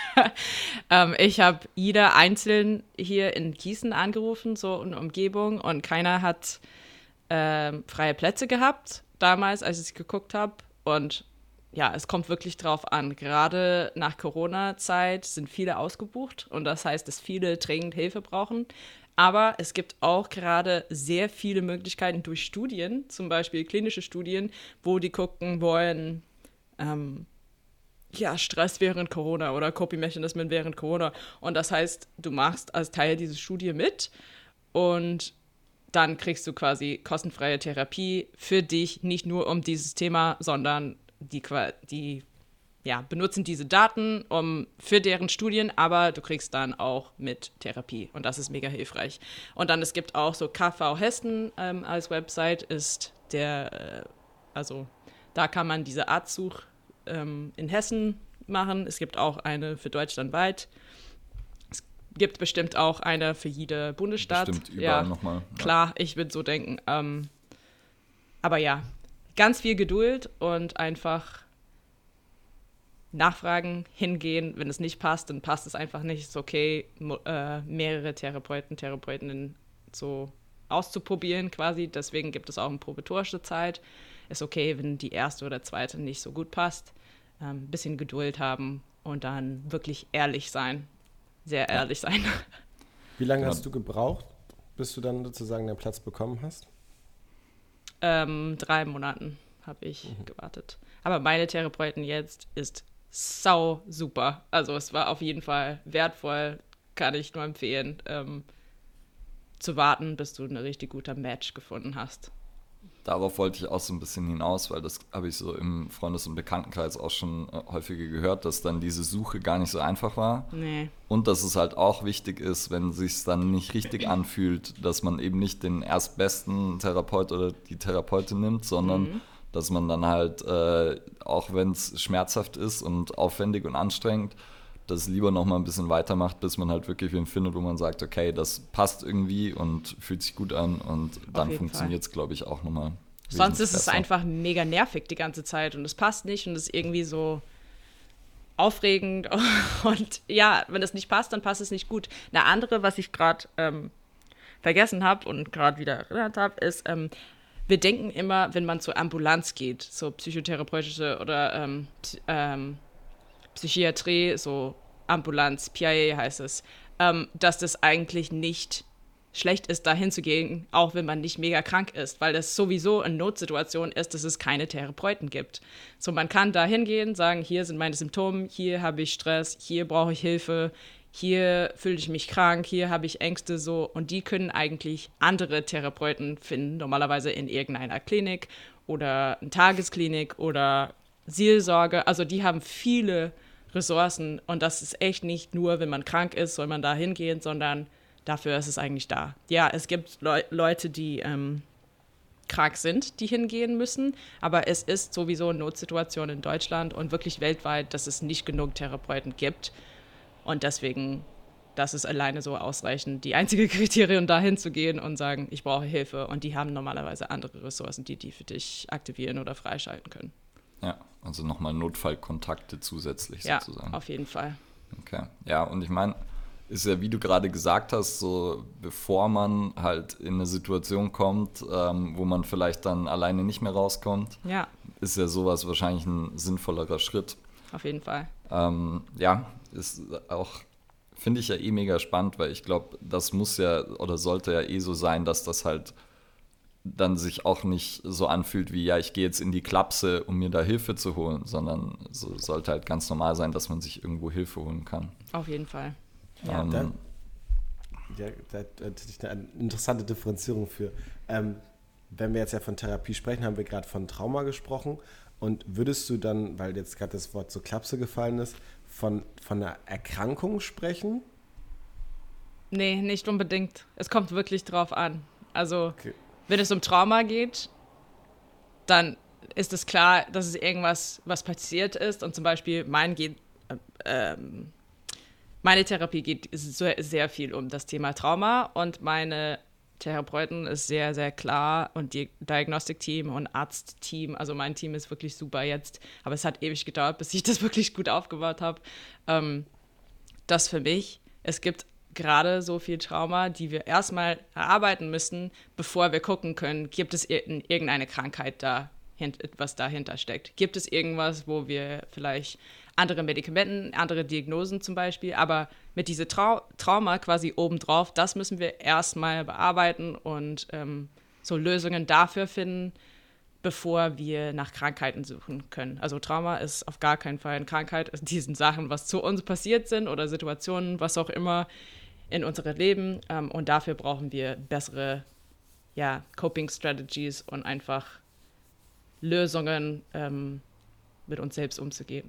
ähm, ich habe jeder einzeln hier in Gießen angerufen, so in der Umgebung, und keiner hat ähm, freie Plätze gehabt, damals, als ich geguckt habe. Und ja, es kommt wirklich drauf an. Gerade nach Corona-Zeit sind viele ausgebucht und das heißt, dass viele dringend Hilfe brauchen. Aber es gibt auch gerade sehr viele Möglichkeiten durch Studien, zum Beispiel klinische Studien, wo die gucken wollen, ähm, ja, Stress während Corona oder Coping-Mechanismen während Corona. Und das heißt, du machst als Teil dieser Studie mit und dann kriegst du quasi kostenfreie Therapie für dich, nicht nur um dieses Thema, sondern die, die ja, benutzen diese Daten um, für deren Studien, aber du kriegst dann auch mit Therapie und das ist mega hilfreich. Und dann, es gibt auch so K V Hessen ähm, als Website, ist der, äh, also da kann man diese Arztsuch ähm, in Hessen machen. Es gibt auch eine für deutschlandweit. Es gibt bestimmt auch eine für jede Bundesstaat. Bestimmt überall ja, nochmal. Ja. Klar, ich würde so denken. Ähm, aber ja, ganz viel Geduld und einfach nachfragen, hingehen. Wenn es nicht passt, dann passt es einfach nicht. Es ist okay, mo- äh, mehrere Therapeuten, Therapeutinnen so auszuprobieren quasi. Deswegen gibt es auch eine probatorische Zeit. Ist okay, wenn die erste oder zweite nicht so gut passt. Ein ähm, bisschen Geduld haben und dann wirklich ehrlich sein. Sehr Ja. ehrlich sein. Wie lange Ja. hast du gebraucht, bis du dann sozusagen den Platz bekommen hast? ähm, drei Monaten habe ich mhm. gewartet. Aber meine Therapeutin jetzt ist sau super. Also es war auf jeden Fall wertvoll, kann ich nur empfehlen, ähm, zu warten, bis du eine richtig gute Match gefunden hast. Darauf wollte ich auch so ein bisschen hinaus, weil das habe ich so im Freundes- und Bekanntenkreis auch schon äh, häufiger gehört, dass dann diese Suche gar nicht so einfach war. Nee. Und dass es halt auch wichtig ist, wenn es sich dann nicht richtig anfühlt, dass man eben nicht den erstbesten Therapeut oder die Therapeutin nimmt, sondern Mhm. dass man dann halt, äh, auch wenn es schmerzhaft ist und aufwendig und anstrengend, das lieber noch mal ein bisschen weitermacht, bis man halt wirklich wen findet, wo man sagt, okay, das passt irgendwie und fühlt sich gut an und dann jeden funktioniert es, glaube ich, auch nochmal. Sonst ist es einfach mega nervig die ganze Zeit und es passt nicht und es ist irgendwie so aufregend und ja, wenn es nicht passt, dann passt es nicht gut. Eine andere, was ich gerade ähm, vergessen habe und gerade wieder erinnert habe, ist, ähm, wir denken immer, wenn man zur Ambulanz geht, so psychotherapeutische oder ähm, P- ähm, Psychiatrie, so Ambulanz, P I A heißt es, ähm, dass das eigentlich nicht schlecht ist, dahin zu gehen, auch wenn man nicht mega krank ist, weil das sowieso eine Notsituation ist, dass es keine Therapeuten gibt. So, man kann da hingehen, sagen, hier sind meine Symptome, hier habe ich Stress, hier brauche ich Hilfe, hier fühle ich mich krank, hier habe ich Ängste, so. Und die können eigentlich andere Therapeuten finden, normalerweise in irgendeiner Klinik oder eine Tagesklinik oder Seelsorge. Also die haben viele Ressourcen und das ist echt nicht nur, wenn man krank ist, soll man da hingehen, sondern dafür ist es eigentlich da. Ja, es gibt Leu- Leute, die ähm, krank sind, die hingehen müssen, aber es ist sowieso eine Notsituation in Deutschland und wirklich weltweit, dass es nicht genug Therapeuten gibt. Und deswegen das ist alleine so ausreichend. Die einzige Kriterium, dahin zu gehen und sagen, ich brauche Hilfe. Und die haben normalerweise andere Ressourcen, die die für dich aktivieren oder freischalten können. Ja, also nochmal Notfallkontakte zusätzlich ja, sozusagen. Ja, auf jeden Fall. Okay, ja, und ich meine, ist ja, wie du gerade gesagt hast, so bevor man halt in eine Situation kommt, ähm, wo man vielleicht dann alleine nicht mehr rauskommt, ja. ist ja sowas wahrscheinlich ein sinnvollerer Schritt. Auf jeden Fall. Ähm, ja, ist auch, finde ich ja eh mega spannend, weil ich glaube, das muss ja oder sollte ja eh so sein, dass das halt dann sich auch nicht so anfühlt wie, ja, ich gehe jetzt in die Klapse, um mir da Hilfe zu holen, sondern so sollte halt ganz normal sein, dass man sich irgendwo Hilfe holen kann. Auf jeden Fall. Ja, ähm, da, ja, da hatte ich eine interessante Differenzierung für. Ähm, wenn wir jetzt ja von Therapie sprechen, haben wir gerade von Trauma gesprochen. Und würdest du dann, weil jetzt gerade das Wort so Klapse gefallen ist, von, von einer Erkrankung sprechen? Nee, nicht unbedingt. Es kommt wirklich drauf an. Also, okay. Wenn es um Trauma geht, dann ist es klar, dass es irgendwas, was passiert ist. Und zum Beispiel mein geht, äh, ähm, meine Therapie geht sehr, sehr viel um das Thema Trauma. Und meine Therapeuten ist sehr, sehr klar. Und die Diagnostikteam und Arztteam, also mein Team ist wirklich super jetzt. Aber es hat ewig gedauert, bis ich das wirklich gut aufgebaut habe. Ähm, das für mich, es gibt gerade so viel Trauma, die wir erstmal erarbeiten müssen, bevor wir gucken können, gibt es irgendeine Krankheit da, was dahinter steckt. Gibt es irgendwas, wo wir vielleicht andere Medikamente, andere Diagnosen zum Beispiel, aber mit diesem Trau- Trauma quasi obendrauf, das müssen wir erstmal bearbeiten und ähm, so Lösungen dafür finden, bevor wir nach Krankheiten suchen können. Also Trauma ist auf gar keinen Fall eine Krankheit. Es diesen Sachen, was zu uns passiert sind oder Situationen, was auch immer in unserem Leben. Ähm, und dafür brauchen wir bessere ja, Coping-Strategies und einfach Lösungen, ähm, mit uns selbst umzugehen.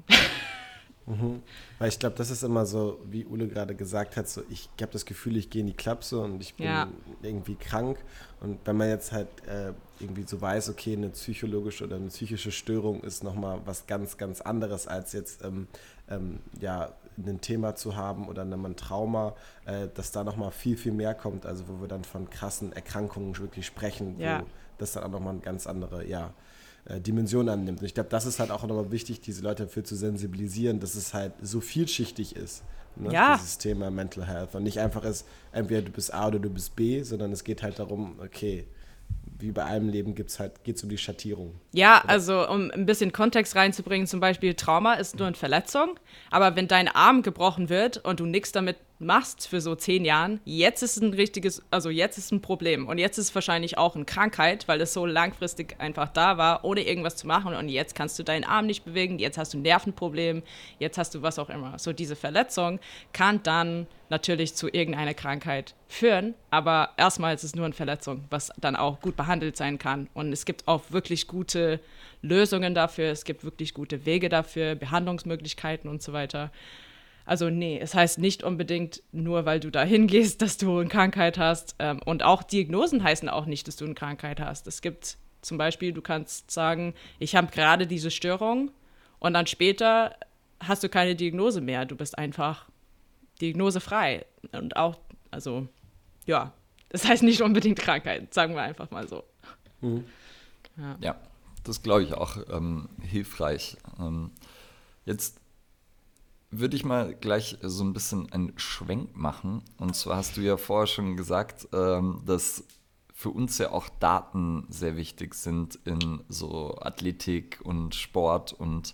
Mhm. Weil ich glaube, das ist immer so, wie Ule gerade gesagt hat, so ich habe das Gefühl, ich gehe in die Klapse und ich bin ja. irgendwie krank. Und wenn man jetzt halt äh, irgendwie so weiß, okay, eine psychologische oder eine psychische Störung ist nochmal was ganz, ganz anderes, als jetzt ähm, ähm, ja, ein Thema zu haben oder ein Trauma, äh, dass da nochmal viel, viel mehr kommt, also wo wir dann von krassen Erkrankungen wirklich sprechen, ja. wo das dann auch nochmal eine ganz andere, ja, Dimension annimmt. Und ich glaube, das ist halt auch nochmal wichtig, diese Leute dafür zu sensibilisieren, dass es halt so vielschichtig ist, ne? Ja. Dieses Thema Mental Health. Und nicht einfach ist, entweder du bist A oder du bist B, sondern es geht halt darum, okay, wie bei allem Leben gibt's halt, geht es um die Schattierung. Ja, oder? Also um ein bisschen Kontext reinzubringen, zum Beispiel Trauma ist nur eine Verletzung, aber wenn dein Arm gebrochen wird und du nichts damit machst für so zehn Jahren, jetzt ist ein richtiges, also jetzt ist ein Problem und jetzt ist es wahrscheinlich auch eine Krankheit, weil es so langfristig einfach da war, ohne irgendwas zu machen und jetzt kannst du deinen Arm nicht bewegen, jetzt hast du ein Nervenproblem, jetzt hast du was auch immer. So diese Verletzung kann dann natürlich zu irgendeiner Krankheit führen, aber erstmal ist es nur eine Verletzung, was dann auch gut behandelt sein kann und es gibt auch wirklich gute Lösungen dafür, es gibt wirklich gute Wege dafür, Behandlungsmöglichkeiten und so weiter. Also nee, es heißt nicht unbedingt nur, weil du da hingehst, dass du eine Krankheit hast. Ähm, und auch Diagnosen heißen auch nicht, dass du eine Krankheit hast. Es gibt zum Beispiel, du kannst sagen, ich habe gerade diese Störung und dann später hast du keine Diagnose mehr. Du bist einfach diagnosefrei. Und auch, also ja, das heißt nicht unbedingt Krankheit, sagen wir einfach mal so. Mhm. Ja. ja, das glaube ich auch ähm, hilfreich. Ähm, jetzt würde ich mal gleich so ein bisschen einen Schwenk machen. Und zwar hast du ja vorher schon gesagt, ähm, dass für uns ja auch Daten sehr wichtig sind in so Athletik und Sport. Und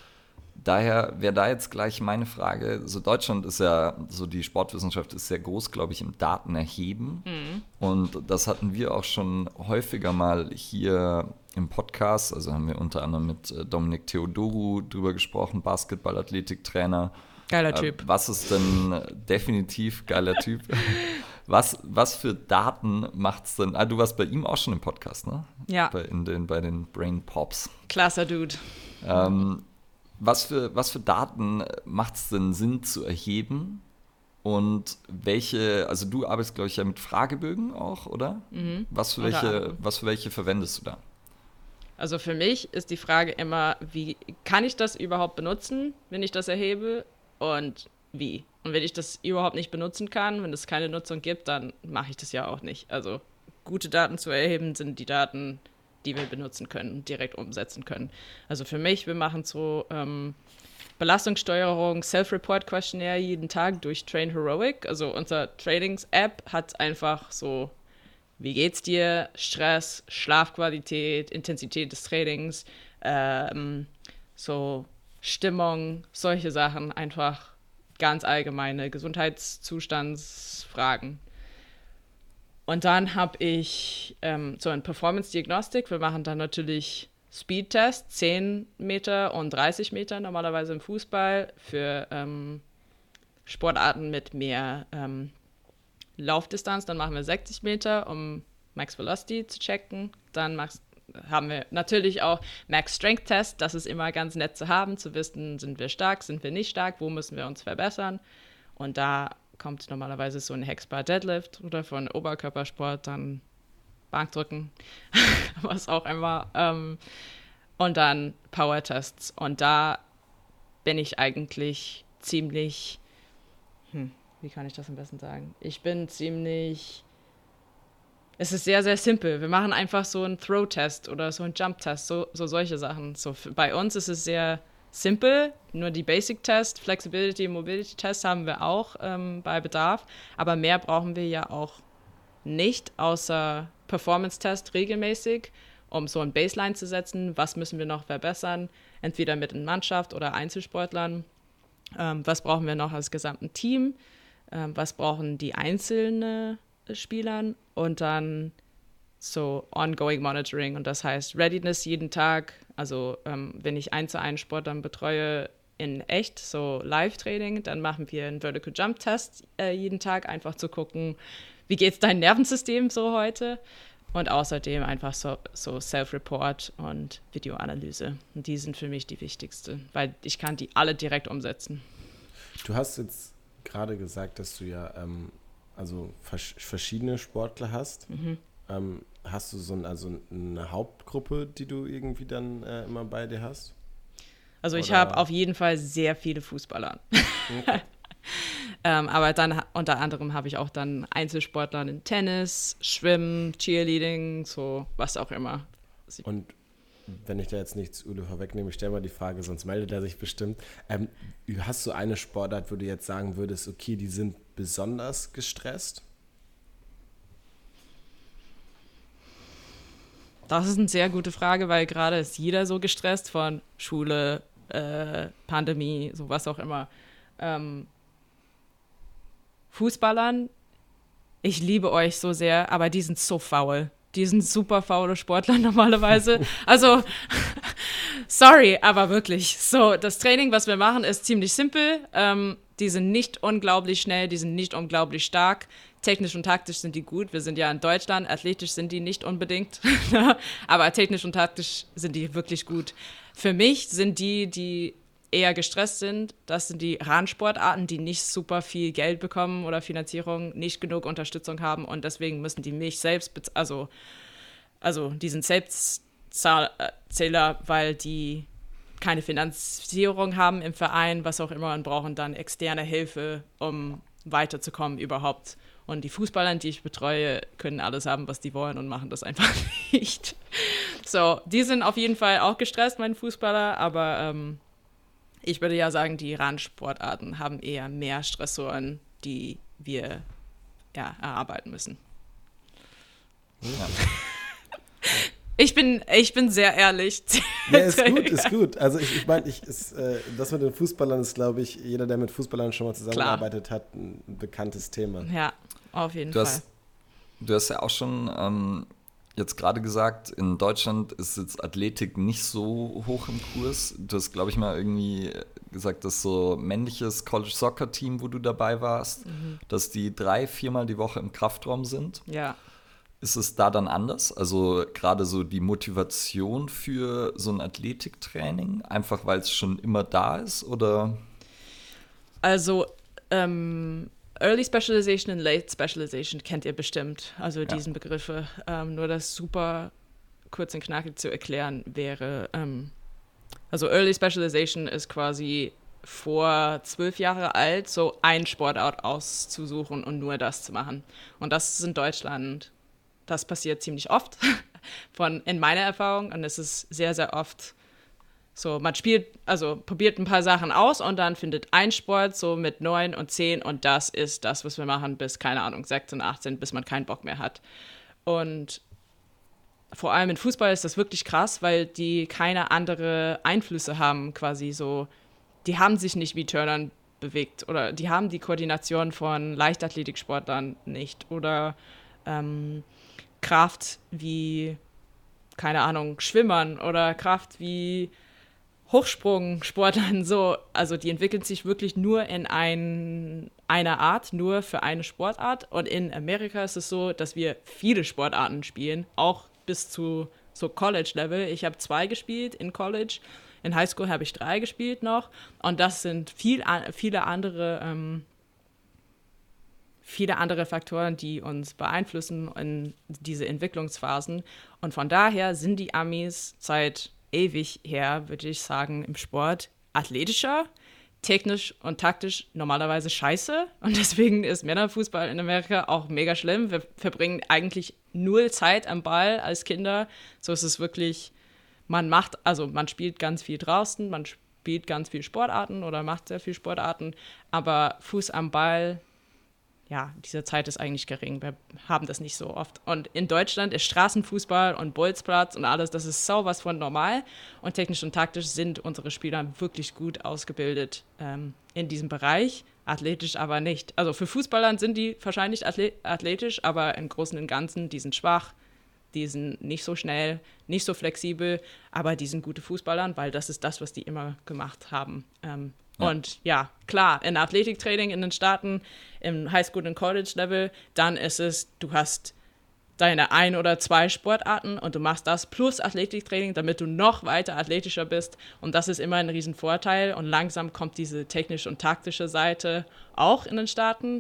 daher wäre da jetzt gleich meine Frage. So Deutschland ist ja, so die Sportwissenschaft ist sehr groß, glaube ich, im Datenerheben. Mhm. Und das hatten wir auch schon häufiger mal hier im Podcast, also haben wir unter anderem mit Dominik Theodorou drüber gesprochen, Basketball-Athletiktrainer. Geiler Typ. Äh, was ist denn definitiv geiler Typ? Was, was für Daten macht's denn? Ah, du warst bei ihm auch schon im Podcast, ne? Ja. Bei, in den, bei den Brain Pops. Klasser Dude. Ähm, was für, was für Daten macht's denn Sinn zu erheben? Und welche, also du arbeitest, glaube ich, ja mit Fragebögen auch, oder? Mhm. Was für welche, was für welche verwendest du da? Also für mich ist die Frage immer, wie kann ich das überhaupt benutzen, wenn ich das erhebe? Und wie. Und wenn ich das überhaupt nicht benutzen kann, wenn es keine Nutzung gibt, dann mache ich das ja auch nicht. Also gute Daten zu erheben sind die Daten, die wir benutzen können, direkt umsetzen können. Also für mich, wir machen so ähm, Belastungssteuerung, Self-Report-Questionnaire jeden Tag durch Train Heroic. Also unsere Trainings-App hat einfach so, wie geht's dir, Stress, Schlafqualität, Intensität des Trainings, ähm, so Stimmung, solche Sachen, einfach ganz allgemeine Gesundheitszustandsfragen. Und dann habe ich ähm, so eine Performance-Diagnostik. Wir machen dann natürlich Speedtests, zehn Meter und dreißig Meter normalerweise im Fußball für ähm, Sportarten mit mehr ähm, Laufdistanz. Dann machen wir sechzig Meter, um Max Velocity zu checken. Dann machst, haben wir natürlich auch Max Strength Test. Das ist immer ganz nett zu haben, zu wissen, sind wir stark, sind wir nicht stark, wo müssen wir uns verbessern. Und da kommt normalerweise so ein Hexbar Deadlift oder von Oberkörpersport dann Bankdrücken, was auch immer. Ähm, und dann Power-Tests. Und da bin ich eigentlich ziemlich, hm, wie kann ich das am besten sagen? Ich bin ziemlich, es ist sehr, sehr simpel. Wir machen einfach so einen Throw-Test oder so einen Jump-Test, so, so solche Sachen. So, für, bei uns ist es sehr simpel, nur die Basic-Test, Flexibility- und Mobility-Test haben wir auch ähm, bei Bedarf. Aber mehr brauchen wir ja auch nicht, außer Performance-Test regelmäßig, um so ein Baseline zu setzen. Was müssen wir noch verbessern? Entweder mit einer Mannschaft oder Einzelsportlern. Ähm, was brauchen wir noch als gesamten Team? Ähm, was brauchen die einzelnen Spielern? Und dann so ongoing Monitoring. Und das heißt Readiness jeden Tag. Also ähm, wenn ich eins zu eins Sportlern betreue in echt, so Live-Training, dann machen wir einen Vertical Jump-Test äh, jeden Tag, einfach zu gucken, wie geht's dein Nervensystem so heute? Und außerdem einfach so, so Self-Report und Videoanalyse. Und die sind für mich die wichtigste, weil ich kann die alle direkt umsetzen. Du hast jetzt gerade gesagt, dass du ja ähm, also vers- verschiedene Sportler hast. Mhm. Ähm, hast du so ein, also eine Hauptgruppe, die du irgendwie dann äh, immer bei dir hast? Also ich habe auf jeden Fall sehr viele Fußballer. Okay. ähm, aber dann unter anderem habe ich auch dann Einzelsportler in Tennis, Schwimmen, Cheerleading, so was auch immer. Und wenn ich da jetzt nichts Ule vorwegnehme, ich stelle mal die Frage, sonst meldet er sich bestimmt. Ähm, hast du eine Sportart, wo du jetzt sagen würdest, okay, die sind besonders gestresst? Das ist eine sehr gute Frage, weil gerade ist jeder so gestresst von Schule, äh, Pandemie, so was auch immer. Ähm, Fußballern, ich liebe euch so sehr, aber die sind so faul. Die sind super faule Sportler normalerweise. Also, sorry, aber wirklich. So, das Training, was wir machen, ist ziemlich simpel. Ähm, die sind nicht unglaublich schnell, die sind nicht unglaublich stark. Technisch und taktisch sind die gut. Wir sind ja in Deutschland, athletisch sind die nicht unbedingt. Aber technisch und taktisch sind die wirklich gut. Für mich sind die, die eher gestresst sind, das sind die Randsportarten, die nicht super viel Geld bekommen oder Finanzierung, nicht genug Unterstützung haben und deswegen müssen die mich selbst, bez- also, also die sind Selbstzähler, weil die keine Finanzierung haben im Verein, was auch immer, und brauchen dann externe Hilfe, um weiterzukommen überhaupt. Und die Fußballer, die ich betreue, können alles haben, was die wollen und machen das einfach nicht. So, die sind auf jeden Fall auch gestresst, meine Fußballer, aber ähm, ich würde ja sagen, die Randsportarten haben eher mehr Stressoren, die wir ja, erarbeiten müssen. Ja. Ich bin, ich bin sehr ehrlich. Ja, ist gut, ist gut. Also ich, ich meine, ich, ist, äh, das mit den Fußballern ist, glaube ich, jeder, der mit Fußballern schon mal zusammengearbeitet Klar. hat, ein bekanntes Thema. Ja, auf jeden du Fall. Hast, du hast ja auch schon ähm, jetzt gerade gesagt, in Deutschland ist jetzt Athletik nicht so hoch im Kurs. Du hast, glaube ich, mal irgendwie gesagt, dass so männliches College-Soccer-Team, wo du dabei warst, mhm. dass die drei, viermal die Woche im Kraftraum sind. Ja. Ist es da dann anders? Also gerade so die Motivation für so ein Athletiktraining, einfach weil es schon immer da ist, oder? Also ähm, Early Specialization und Late Specialization kennt ihr bestimmt, also diesen ja. Begriffe. Ähm, nur das super kurz und knackig zu erklären wäre, ähm, also Early Specialization ist quasi vor zwölf Jahre alt, so ein Sportart auszusuchen und nur das zu machen. Und das ist in Deutschland, das passiert ziemlich oft, von in meiner Erfahrung. Und es ist sehr, sehr oft so, man spielt, also probiert ein paar Sachen aus und dann findet ein Sport so mit neun und zehn und das ist das, was wir machen bis, keine Ahnung, sechzehn, achtzehn, bis man keinen Bock mehr hat. Und vor allem in Fußball ist das wirklich krass, weil die keine andere Einflüsse haben quasi so. Die haben sich nicht wie Turnern bewegt oder die haben die Koordination von Leichtathletiksportlern nicht oder ähm, Kraft wie, keine Ahnung, Schwimmern oder Kraft wie Hochsprungsportlern so. Also die entwickeln sich wirklich nur in ein, einer Art, nur für eine Sportart. Und in Amerika ist es so, dass wir viele Sportarten spielen, auch bis zu so College-Level. Ich habe zwei gespielt in College. In Highschool habe ich drei gespielt noch. Und das sind viel, viele andere ähm, viele andere Faktoren, die uns beeinflussen in diese Entwicklungsphasen. Und von daher sind die Amis seit ewig her, würde ich sagen, im Sport athletischer, technisch und taktisch normalerweise scheiße. Und deswegen ist Männerfußball in Amerika auch mega schlimm. Wir verbringen eigentlich null Zeit am Ball als Kinder. So ist es wirklich, man macht, also man spielt ganz viel draußen, man spielt ganz viel Sportarten oder macht sehr viel Sportarten, aber Fuß am Ball, ja, diese Zeit ist eigentlich gering. Wir haben das nicht so oft. Und in Deutschland ist Straßenfußball und Bolzplatz und alles, das ist so was von normal. Und technisch und taktisch sind unsere Spieler wirklich gut ausgebildet ähm, in diesem Bereich, athletisch aber nicht. Also für Fußballer sind die wahrscheinlich athletisch, aber im Großen und Ganzen, die sind schwach, die sind nicht so schnell, nicht so flexibel, aber die sind gute Fußballer, weil das ist das, was die immer gemacht haben. Ähm, Ja. Und ja, klar, in Athletiktraining in den Staaten, im Highschool- und College-Level, dann ist es, du hast deine ein oder zwei Sportarten und du machst das plus Athletiktraining, damit du noch weiter athletischer bist. Und das ist immer ein Riesenvorteil. Und langsam kommt diese technische und taktische Seite auch in den Staaten.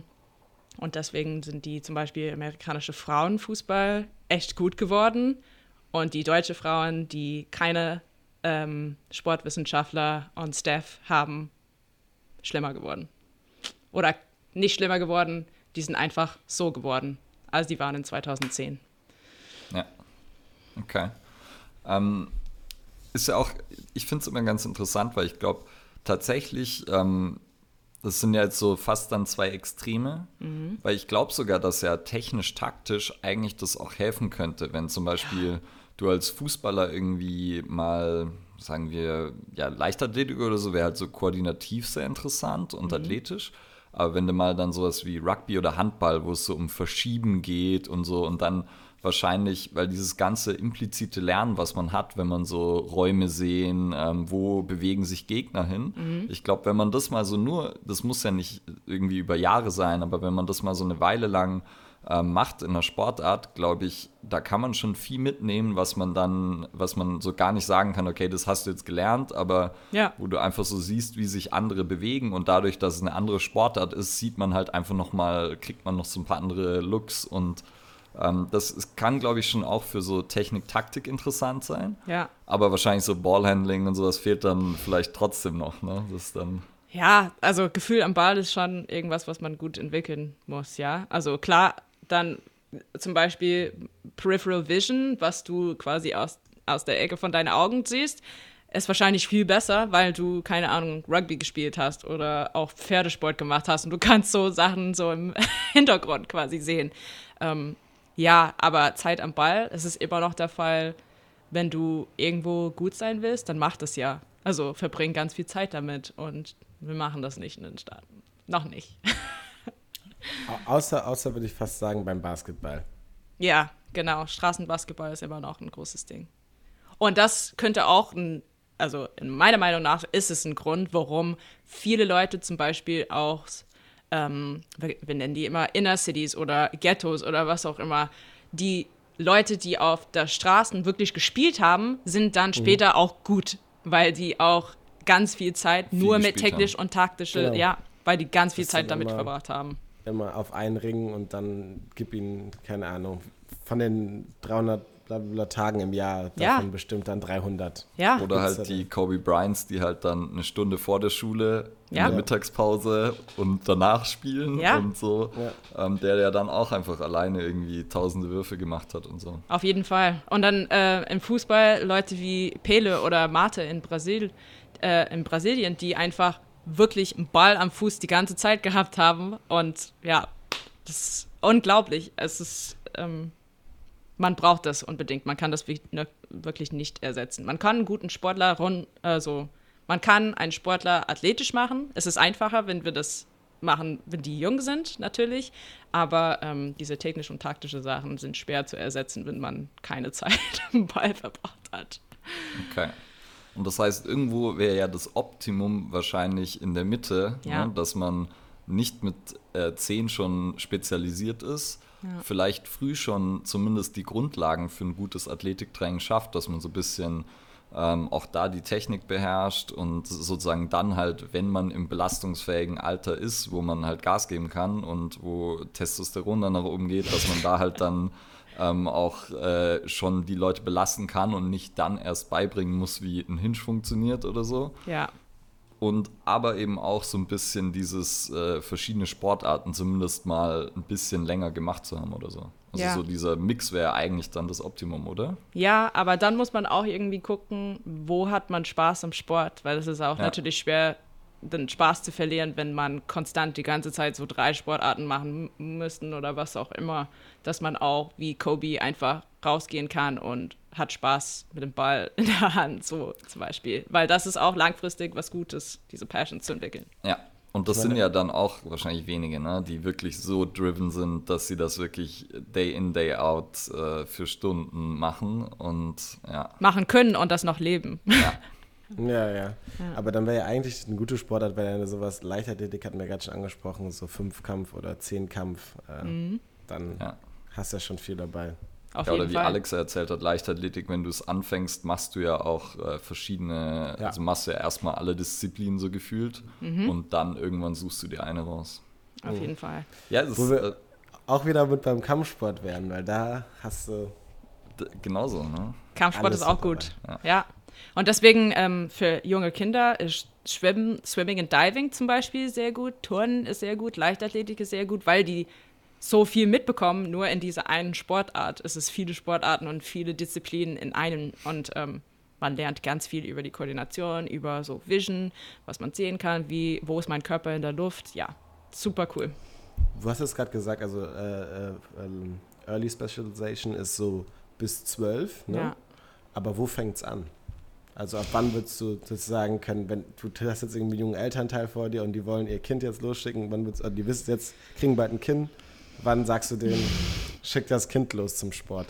Und deswegen sind die zum Beispiel amerikanische Frauenfußball echt gut geworden. Und die deutsche Frauen, die keine Ähm, Sportwissenschaftler und Staff haben, schlimmer geworden. Oder nicht schlimmer geworden, die sind einfach so geworden, als die waren in zweitausendzehn. Ja, okay. Ähm, ist ja auch, ich finde es immer ganz interessant, weil ich glaube, tatsächlich, ähm, das sind ja jetzt so fast dann zwei Extreme, mhm. weil ich glaube sogar, dass ja technisch-taktisch eigentlich das auch helfen könnte, wenn zum Beispiel ja. du als Fußballer irgendwie mal, sagen wir, ja, Leichtathletik oder so, wäre halt so koordinativ sehr interessant und mhm. athletisch. Aber wenn du mal dann sowas wie Rugby oder Handball, wo es so um Verschieben geht und so und dann wahrscheinlich, weil dieses ganze implizite Lernen, was man hat, wenn man so Räume sehen, ähm, wo bewegen sich Gegner hin. Mhm. Ich glaube, wenn man das mal so nur, das muss ja nicht irgendwie über Jahre sein, aber wenn man das mal so eine Weile lang macht in der Sportart, glaube ich, da kann man schon viel mitnehmen, was man dann, was man so gar nicht sagen kann, okay, das hast du jetzt gelernt, aber ja. wo du einfach so siehst, wie sich andere bewegen und dadurch, dass es eine andere Sportart ist, sieht man halt einfach nochmal, kriegt man noch so ein paar andere Looks und ähm, das ist, kann, glaube ich, schon auch für so Technik, Taktik interessant sein, ja. aber wahrscheinlich so Ballhandling und sowas fehlt dann vielleicht trotzdem noch, ne? Das ist dann... Ja, also Gefühl am Ball ist schon irgendwas, was man gut entwickeln muss, ja. Also klar, dann zum Beispiel Peripheral Vision, was du quasi aus, aus der Ecke von deinen Augen siehst, ist wahrscheinlich viel besser, weil du, keine Ahnung, Rugby gespielt hast oder auch Pferdesport gemacht hast und du kannst so Sachen so im Hintergrund quasi sehen. Ähm, ja, aber Zeit am Ball, es ist immer noch der Fall, wenn du irgendwo gut sein willst, dann mach das ja. Also verbring ganz viel Zeit damit und wir machen das nicht in den Staaten. Noch nicht. Außer, außer würde ich fast sagen beim Basketball. Ja, genau. Straßenbasketball ist immer noch ein großes Ding. Und das könnte auch, ein, also in meiner Meinung nach ist es ein Grund, warum viele Leute zum Beispiel auch, ähm, wir, wir nennen die immer Inner Cities oder Ghettos oder was auch immer, die Leute, die auf der Straße wirklich gespielt haben, sind dann später mhm. auch gut, weil die auch ganz viel Zeit viel nur mit technisch haben. Und taktische, genau. ja, weil die ganz viel das Zeit damit verbracht haben. Immer auf einen Ring und dann gib ihnen, keine Ahnung, von den dreihundert bla, bla, bla Tagen im Jahr, Ja. davon bestimmt dann dreihundert. Ja, Oder Gibt's da halt die denn? Kobe Bryants, die halt dann eine Stunde vor der Schule in Ja. der Mittagspause und danach spielen Ja. und so. Ja. Ähm, der ja dann auch einfach alleine irgendwie tausende Würfe gemacht hat und so. auf jeden Fall. Und dann äh, im Fußball Leute wie Pele oder Mate in, Brasil, äh, in Brasilien, die einfach wirklich einen Ball am Fuß die ganze Zeit gehabt haben. Und ja, das ist unglaublich. Es ist, ähm, man braucht das unbedingt. Man kann das wi- ne- wirklich nicht ersetzen. Man kann einen guten Sportler, run, also man kann einen Sportler athletisch machen. Es ist einfacher, wenn wir das machen, wenn die jung sind, natürlich. Aber ähm, diese technischen und taktischen Sachen sind schwer zu ersetzen, wenn man keine Zeit am Ball verbracht hat. Okay. Und das heißt, irgendwo wäre ja das Optimum wahrscheinlich in der Mitte, Ja. ne, dass man nicht mit äh, zehn schon spezialisiert ist, Ja. vielleicht früh schon zumindest die Grundlagen für ein gutes Athletiktraining schafft, dass man so ein bisschen ähm, auch da die Technik beherrscht und sozusagen dann halt, wenn man im belastungsfähigen Alter ist, wo man halt Gas geben kann und wo Testosteron dann nach oben geht, dass man da halt dann ähm, auch äh, schon die Leute belasten kann und nicht dann erst beibringen muss, wie ein Hinge funktioniert oder so. Ja, Und aber eben auch so ein bisschen dieses äh, verschiedene Sportarten zumindest mal ein bisschen länger gemacht zu haben oder so. Also Ja. so dieser Mix wäre eigentlich dann das Optimum, oder? ja, aber dann muss man auch irgendwie gucken, wo hat man Spaß am Sport, weil es ist auch Ja. natürlich schwer, den Spaß zu verlieren, wenn man konstant die ganze Zeit so drei Sportarten machen m- müssten oder was auch immer, dass man auch wie Kobe einfach rausgehen kann und hat Spaß mit dem Ball in der Hand, so zum Beispiel. Weil das ist auch langfristig was Gutes, diese Passion zu entwickeln. Ja. Und das Ich sind meine- ja dann auch wahrscheinlich wenige, ne, die wirklich so driven sind, dass sie das wirklich day in, day out äh, für Stunden machen. Und ja, Machen können und das noch leben. Ja, ja. Aber dann wäre ja eigentlich eine gute Sportart, wäre ja sowas, Leichtathletik hatten wir gerade schon angesprochen, so Fünfkampf oder Zehnkampf. Äh, Dann ja. hast du ja schon viel dabei. Auf Ja, oder jeden wie Fall. Alex ja erzählt hat, Leichtathletik, wenn du es anfängst, machst du ja auch äh, verschiedene, Ja. also machst du ja erstmal alle Disziplinen so gefühlt und dann irgendwann suchst du dir eine raus. Auf jeden Fall. Ja, es Wo ist wir- äh, Auch wieder mit beim Kampfsport werden, weil da hast du. d- genauso, ne? Kampfsport Alles ist auch mit gut. dabei, Ja. Und deswegen ähm, für junge Kinder ist Schwimmen, Swimming und Diving zum Beispiel sehr gut. Turnen ist sehr gut. Leichtathletik ist sehr gut, weil die so viel mitbekommen, nur in dieser einen Sportart. Es ist viele Sportarten und viele Disziplinen in einem. Und ähm, man lernt ganz viel über die Koordination, über so Vision, was man sehen kann, wie, wo ist mein Körper in der Luft. Ja, super cool. Du hast es gerade gesagt, also äh, äh, ähm, Early Specialization ist so bis zwölf, ne? Ja. Aber wo fängt es an? Also ab wann würdest du sozusagen können, wenn du hast jetzt irgendwie einen jungen Elternteil vor dir und die wollen ihr Kind jetzt losschicken, wann würdest, also die wissen jetzt, kriegen bald ein Kind, wann sagst du denen, schick das Kind los zum Sport?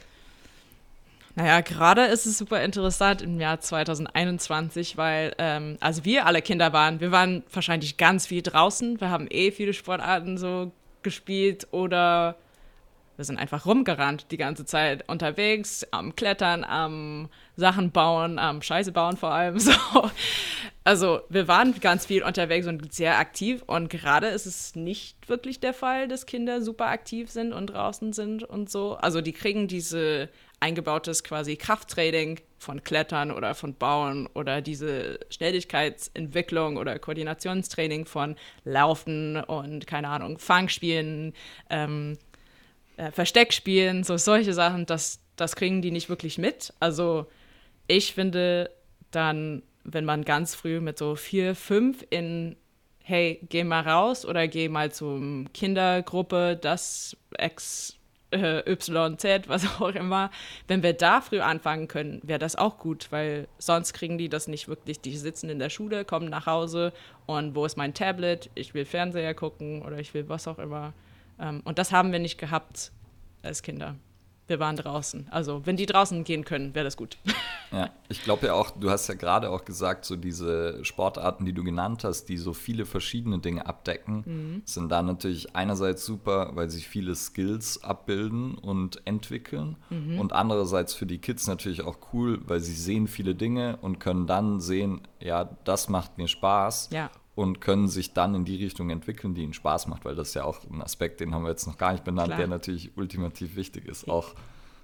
Naja, gerade ist es super interessant im Jahr zwanzig einundzwanzig, weil, ähm, also wir alle Kinder waren, wir waren wahrscheinlich ganz viel draußen, wir haben eh viele Sportarten so gespielt oder wir sind einfach rumgerannt die ganze Zeit unterwegs, am Klettern, am Sachen bauen, am Scheiße bauen vor allem. So. Also wir waren ganz viel unterwegs und sehr aktiv und gerade ist es nicht wirklich der Fall, dass Kinder super aktiv sind und draußen sind und so. Also die kriegen diese eingebautes quasi Krafttraining von Klettern oder von Bauen oder diese Schnelligkeitsentwicklung oder Koordinationstraining von Laufen und keine Ahnung, Fangspielen, ähm, äh, Versteckspielen, so solche Sachen, das, das kriegen die nicht wirklich mit. Also ich finde dann, wenn man ganz früh mit so vier, fünf in, hey, geh mal raus oder geh mal zum Kindergruppe, das X, äh, Y, Z, was auch immer, wenn wir da früh anfangen können, wäre das auch gut, weil sonst kriegen die das nicht wirklich. Die sitzen in der Schule, kommen nach Hause und wo ist mein Tablet? Ich will Fernseher gucken oder ich will was auch immer. Ähm, und das haben wir nicht gehabt als Kinder. Wir waren draußen. Also, wenn die draußen gehen können, wäre das gut. Ja, ich glaube ja auch, du hast ja gerade auch gesagt, so diese Sportarten, die du genannt hast, die so viele verschiedene Dinge abdecken, Mhm. sind da natürlich einerseits super, weil sie viele Skills abbilden und entwickeln Mhm. und andererseits für die Kids natürlich auch cool, weil sie sehen viele Dinge und können dann sehen, ja, das macht mir Spaß. Ja. Und können sich dann in die Richtung entwickeln, die ihnen Spaß macht, weil das ist ja auch ein Aspekt, den haben wir jetzt noch gar nicht benannt, Klar. der natürlich ultimativ wichtig ist. Auch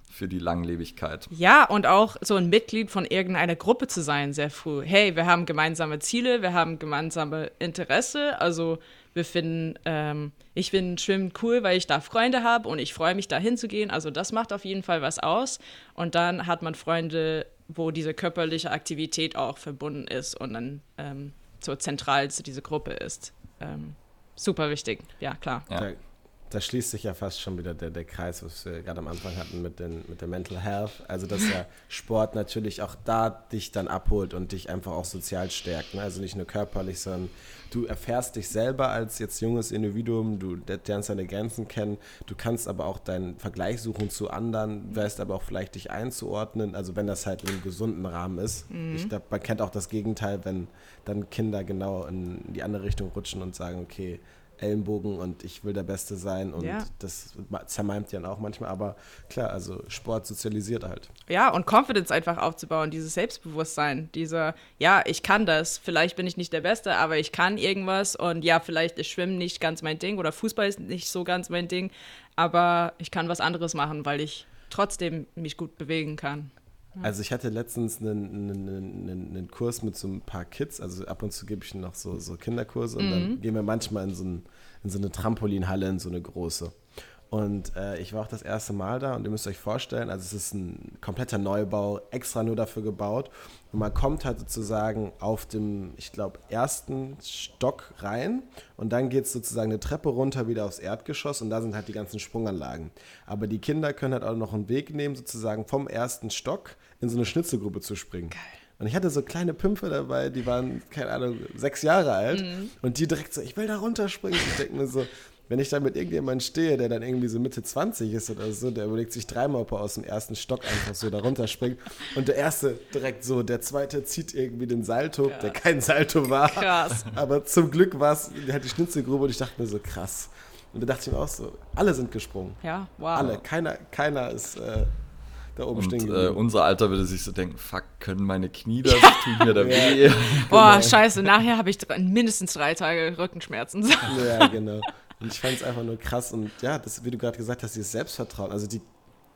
für die Langlebigkeit. Ja, und auch so ein Mitglied von irgendeiner Gruppe zu sein, sehr früh. Hey, wir haben gemeinsame Ziele, wir haben gemeinsame Interesse, also wir finden, ähm, ich finde Schwimmen cool, weil ich da Freunde habe und ich freue mich, da hinzugehen, also das macht auf jeden Fall was aus. Und dann hat man Freunde, wo diese körperliche Aktivität auch verbunden ist und dann ähm, so zentral zu dieser Gruppe ist. Ähm, super wichtig, ja, klar. Ja. Da, da schließt sich ja fast schon wieder der, der Kreis, was wir gerade am Anfang hatten mit, den, mit der Mental Health. Also, dass der Sport natürlich auch da dich dann abholt und dich einfach auch sozial stärkt. Ne? Also nicht nur körperlich, sondern du erfährst dich selber als jetzt junges Individuum, du lernst deine Grenzen kennen, du kannst aber auch deinen Vergleich suchen zu anderen, weißt aber auch vielleicht dich einzuordnen, also wenn das halt in einem gesunden Rahmen ist. Mhm. Ich glaube, man kennt auch das Gegenteil, wenn dann Kinder genau in die andere Richtung rutschen und sagen, okay, Ellenbogen und ich will der Beste sein und ja. das zermalmt ja auch manchmal, aber klar, also Sport sozialisiert halt. Ja, und Confidence einfach aufzubauen, dieses Selbstbewusstsein, dieser, ja, ich kann das, vielleicht bin ich nicht der Beste, aber ich kann irgendwas und ja, vielleicht ist Schwimmen nicht ganz mein Ding oder Fußball ist nicht so ganz mein Ding, aber ich kann was anderes machen, weil ich trotzdem mich gut bewegen kann. Also ich hatte letztens einen, einen, einen, einen Kurs mit so ein paar Kids, also ab und zu gebe ich noch so, so Kinderkurse und mhm. dann gehen wir manchmal in so, ein, in so eine Trampolinhalle, in so eine große. Und äh, ich war auch das erste Mal da und ihr müsst euch vorstellen, also es ist ein kompletter Neubau, extra nur dafür gebaut und man kommt halt sozusagen auf dem, ich glaube, ersten Stock rein und dann geht es sozusagen eine Treppe runter wieder aufs Erdgeschoss und da sind halt die ganzen Sprunganlagen. Aber die Kinder können halt auch noch einen Weg nehmen, sozusagen vom ersten Stock in so eine Schnitzelgrube zu springen. Geil. Und ich hatte so kleine Pümpfe dabei, die waren, keine Ahnung, sechs Jahre alt mhm. und die direkt so, ich will da runterspringen. Ich denke mir so, wenn ich da mit irgendjemandem stehe, der dann irgendwie so Mitte zwanzig ist oder so, der überlegt sich dreimal, ob er aus dem ersten Stock einfach so da runterspringt. Und der erste direkt so, der zweite zieht irgendwie den Salto, ja. der kein Salto war. Krass. Aber zum Glück war es, der hat die Schnitzelgrube und ich dachte mir so, krass. Und da dachte ich mir auch so, alle sind gesprungen. Ja, wow. Alle, keiner, keiner ist äh, da oben stehen geblieben. Und äh, unser Alter würde sich so denken, fuck, können meine Knie das? Ja. Tut mir da weh? Boah, genau. Scheiße, nachher habe ich drei, mindestens drei Tage Rückenschmerzen. Ja, genau. Und ich fand es einfach nur krass und ja, das, wie du gerade gesagt hast, dieses Selbstvertrauen, also die,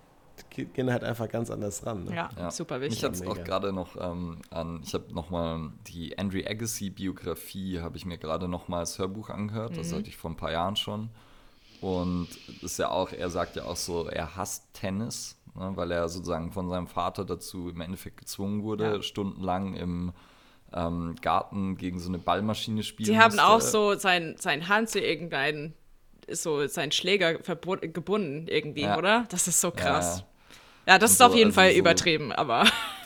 die gehen halt einfach ganz anders ran. Ne? Ja, ja, super wichtig. Mich hat es auch gerade noch ähm, an, ich habe nochmal die Andre Agassi-Biografie, habe ich mir gerade nochmal als Hörbuch angehört, mhm. das hatte ich vor ein paar Jahren schon. Und das ist ja auch, er sagt ja auch so, er hasst Tennis, ne, weil er sozusagen von seinem Vater dazu im Endeffekt gezwungen wurde, ja. stundenlang im ähm, Garten gegen so eine Ballmaschine spielen Sie haben musste. auch so sein, sein Hand zu irgendeinen, so sein Schläger verbu- gebunden irgendwie, ja. oder? Das ist so krass. Ja, ja das und ist so, auf jeden also Fall so übertrieben, aber...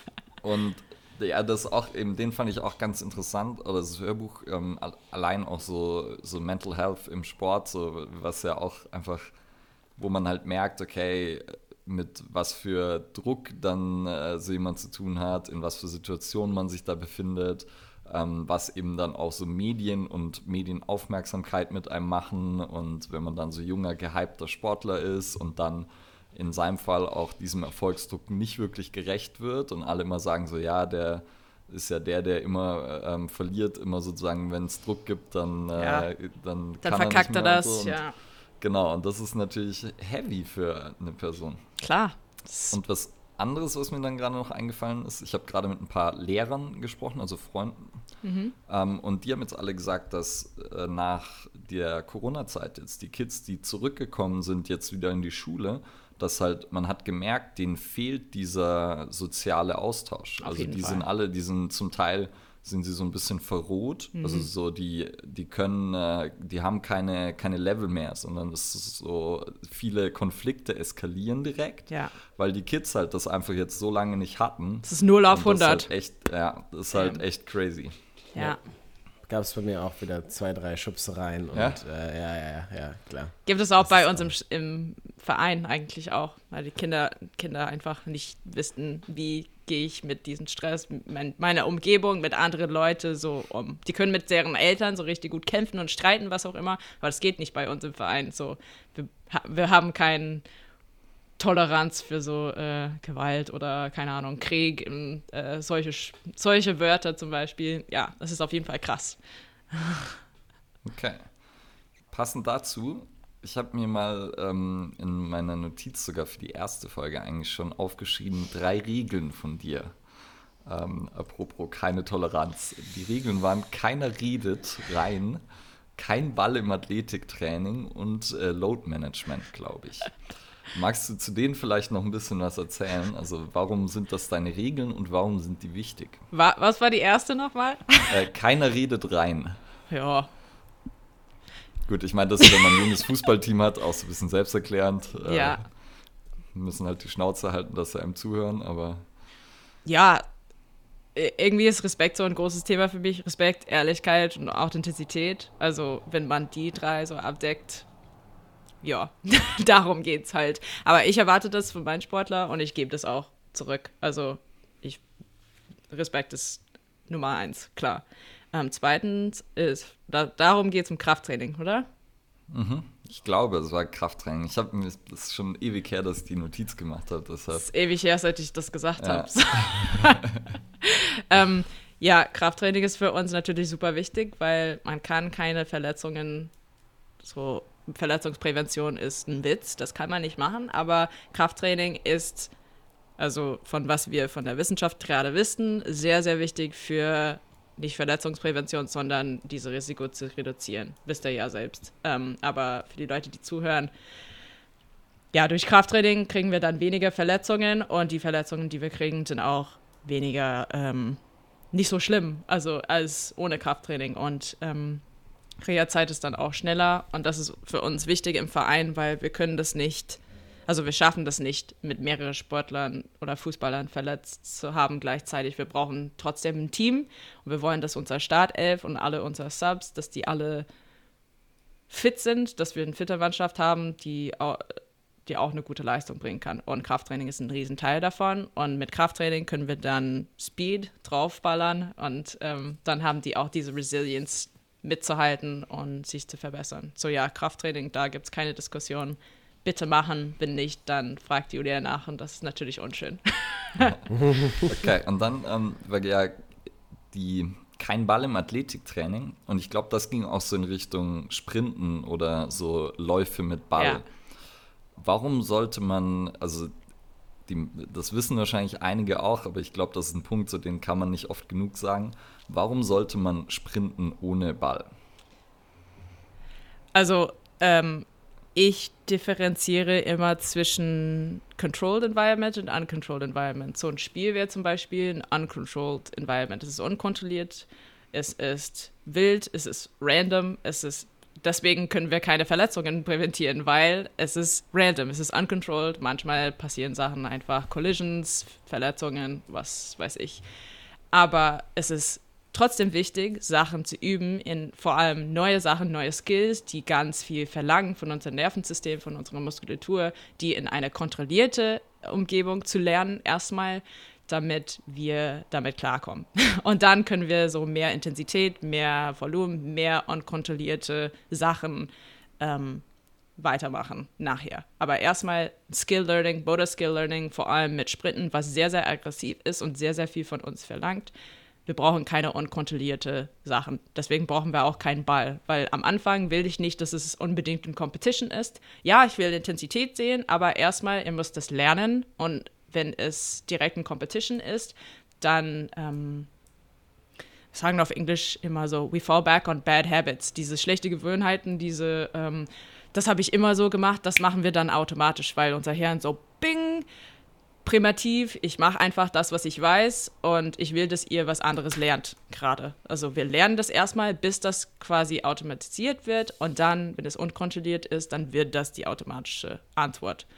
Und ja, das auch eben, den fand ich auch ganz interessant, oder das Hörbuch, ähm, allein auch so, so Mental Health im Sport, so was ja auch einfach, wo man halt merkt, okay, mit was für Druck dann äh, so jemand zu tun hat, in was für Situationen man sich da befindet, ähm, was eben dann auch so Medien und Medienaufmerksamkeit mit einem machen und wenn man dann so junger, gehypter Sportler ist und dann in seinem Fall auch diesem Erfolgsdruck nicht wirklich gerecht wird und alle immer sagen so, ja, der ist ja der, der immer ähm, verliert, immer sozusagen, wenn es Druck gibt, dann, ja. äh, dann, dann kann verkackt er, nicht er das, und so. ja. Genau, und das ist natürlich heavy für eine Person. Klar. Und was anderes, was mir dann gerade noch eingefallen ist, ich habe gerade mit ein paar Lehrern gesprochen, also Freunden, mhm. ähm, und die haben jetzt alle gesagt, dass äh, nach der Corona-Zeit jetzt die Kids, die zurückgekommen sind, jetzt wieder in die Schule, dass halt, man hat gemerkt, denen fehlt dieser soziale Austausch. Auf also jeden die Fall. sind alle, die sind zum Teil, sind sie so ein bisschen verroht. Mhm. Also so, die, die können, äh, die haben keine, keine Level mehr, sondern es ist so, viele Konflikte eskalieren direkt, ja. weil die Kids halt das einfach jetzt so lange nicht hatten. Das ist null auf hundert. Das ist halt echt, ja, das ist halt echt crazy. Ja. ja. Gab es bei mir auch wieder zwei, drei Schubsereien und ja, äh, ja, ja, ja, ja, klar. Gibt es auch das bei uns im, im Verein eigentlich auch, weil die Kinder, Kinder einfach nicht wissen, wie gehe ich mit diesem Stress, mit meiner Umgebung, mit anderen Leuten so um. Die können mit deren Eltern so richtig gut kämpfen und streiten, was auch immer, aber das geht nicht bei uns im Verein. So, wir, wir haben keinen Toleranz für so äh, Gewalt oder, keine Ahnung, Krieg, äh, solche, solche Wörter zum Beispiel. Ja, das ist auf jeden Fall krass. Okay. Passend dazu ich habe mir mal ähm, in meiner Notiz sogar für die erste Folge eigentlich schon aufgeschrieben, drei Regeln von dir. Ähm, apropos keine Toleranz. Die Regeln waren, keiner redet rein, kein Ball im Athletiktraining und äh, Load Management, glaube ich. Magst du zu denen vielleicht noch ein bisschen was erzählen? Also warum sind das deine Regeln und warum sind die wichtig? Wa- was war die erste nochmal? Äh, keiner redet rein. Ja, Gut, ich meine, dass wenn man ein junges Fußballteam hat, auch so ein bisschen selbsterklärend. Äh, ja. müssen halt die Schnauze halten, dass sie einem zuhören, aber Ja, i- irgendwie ist Respekt so ein großes Thema für mich. Respekt, Ehrlichkeit und Authentizität. Also, wenn man die drei so abdeckt, ja, darum geht's halt. Aber ich erwarte das von meinen Sportler und ich gebe das auch zurück. Also, ich, Respekt ist Nummer eins, klar. Ähm, zweitens ist, da, darum geht's um Krafttraining, oder? ich glaube, es war Krafttraining. Ich habe mir, das ist schon ewig her, dass ich die Notiz gemacht habe, deshalb. Das ist ewig her, seit ich das gesagt Ja. habe. ähm, ja, Krafttraining ist für uns natürlich super wichtig, weil man kann keine Verletzungen, so Verletzungsprävention ist ein Witz, das kann man nicht machen, aber Krafttraining ist, also von was wir von der Wissenschaft gerade wissen, sehr, sehr wichtig für nicht Verletzungsprävention, sondern diese Risiko zu reduzieren. Wisst ihr ja selbst. Ähm, aber für die Leute, die zuhören, ja, durch Krafttraining kriegen wir dann weniger Verletzungen und die Verletzungen, die wir kriegen, sind auch weniger, ähm, nicht so schlimm, also als ohne Krafttraining. Und ähm, Reha-Zeit ist dann auch schneller und das ist für uns wichtig im Verein, weil wir können das nicht, also wir schaffen das nicht, mit mehreren Sportlern oder Fußballern verletzt zu haben gleichzeitig. Wir brauchen trotzdem ein Team und wir wollen, dass unser Startelf und alle unsere Subs, dass die alle fit sind, dass wir eine fitte Mannschaft haben, die auch, die auch eine gute Leistung bringen kann. Und Krafttraining ist ein Riesenteil davon. Und mit Krafttraining können wir dann Speed draufballern und ähm, dann haben die auch diese Resilience mitzuhalten und sich zu verbessern. So ja, Krafttraining, da gibt es keine Diskussion. Bitte machen, wenn nicht, dann fragt Julia nach und das ist natürlich unschön. Okay, und dann ähm, war ja die kein Ball im Athletiktraining und ich glaube, das ging auch so in Richtung Sprinten oder so Läufe mit Ball. Ja. Warum sollte man, also die, das wissen wahrscheinlich einige auch, aber ich glaube, das ist ein Punkt, so den kann man nicht oft genug sagen. Warum sollte man sprinten ohne Ball? Also, ähm, ich differenziere immer zwischen Controlled Environment und Uncontrolled Environment. So ein Spiel wäre zum Beispiel ein Uncontrolled Environment. Es ist unkontrolliert, es ist wild, es ist random, es ist deswegen können wir keine Verletzungen präventieren, weil es ist random, es ist uncontrolled. Manchmal passieren Sachen einfach, Collisions, Verletzungen, was weiß ich. Aber es ist trotzdem wichtig, Sachen zu üben, in vor allem neue Sachen, neue Skills, die ganz viel verlangen von unserem Nervensystem, von unserer Muskulatur, die in eine kontrollierte Umgebung zu lernen, erstmal, damit wir damit klarkommen. Und dann können wir so mehr Intensität, mehr Volumen, mehr unkontrollierte Sachen ähm, weitermachen nachher. Aber erstmal Skill Learning, Motor Skill Learning, vor allem mit Sprinten, was sehr, sehr aggressiv ist und sehr, sehr viel von uns verlangt. Wir brauchen keine unkontrollierte Sachen. Deswegen brauchen wir auch keinen Ball, weil am Anfang will ich nicht, dass es unbedingt ein Competition ist. Ja, ich will Intensität sehen, aber erstmal, ihr müsst das lernen und wenn es direkt ein Competition ist, dann ähm, sagen wir auf Englisch immer so, we fall back on bad habits. Diese schlechte Gewohnheiten, diese, ähm, das habe ich immer so gemacht, das machen wir dann automatisch, weil unser Hirn so bing, primitiv, ich mache einfach das, was ich weiß und ich will, dass ihr was anderes lernt gerade. Also wir lernen das erstmal, bis das quasi automatisiert wird und dann, wenn es unkontrolliert ist, dann wird das die automatische Antwort.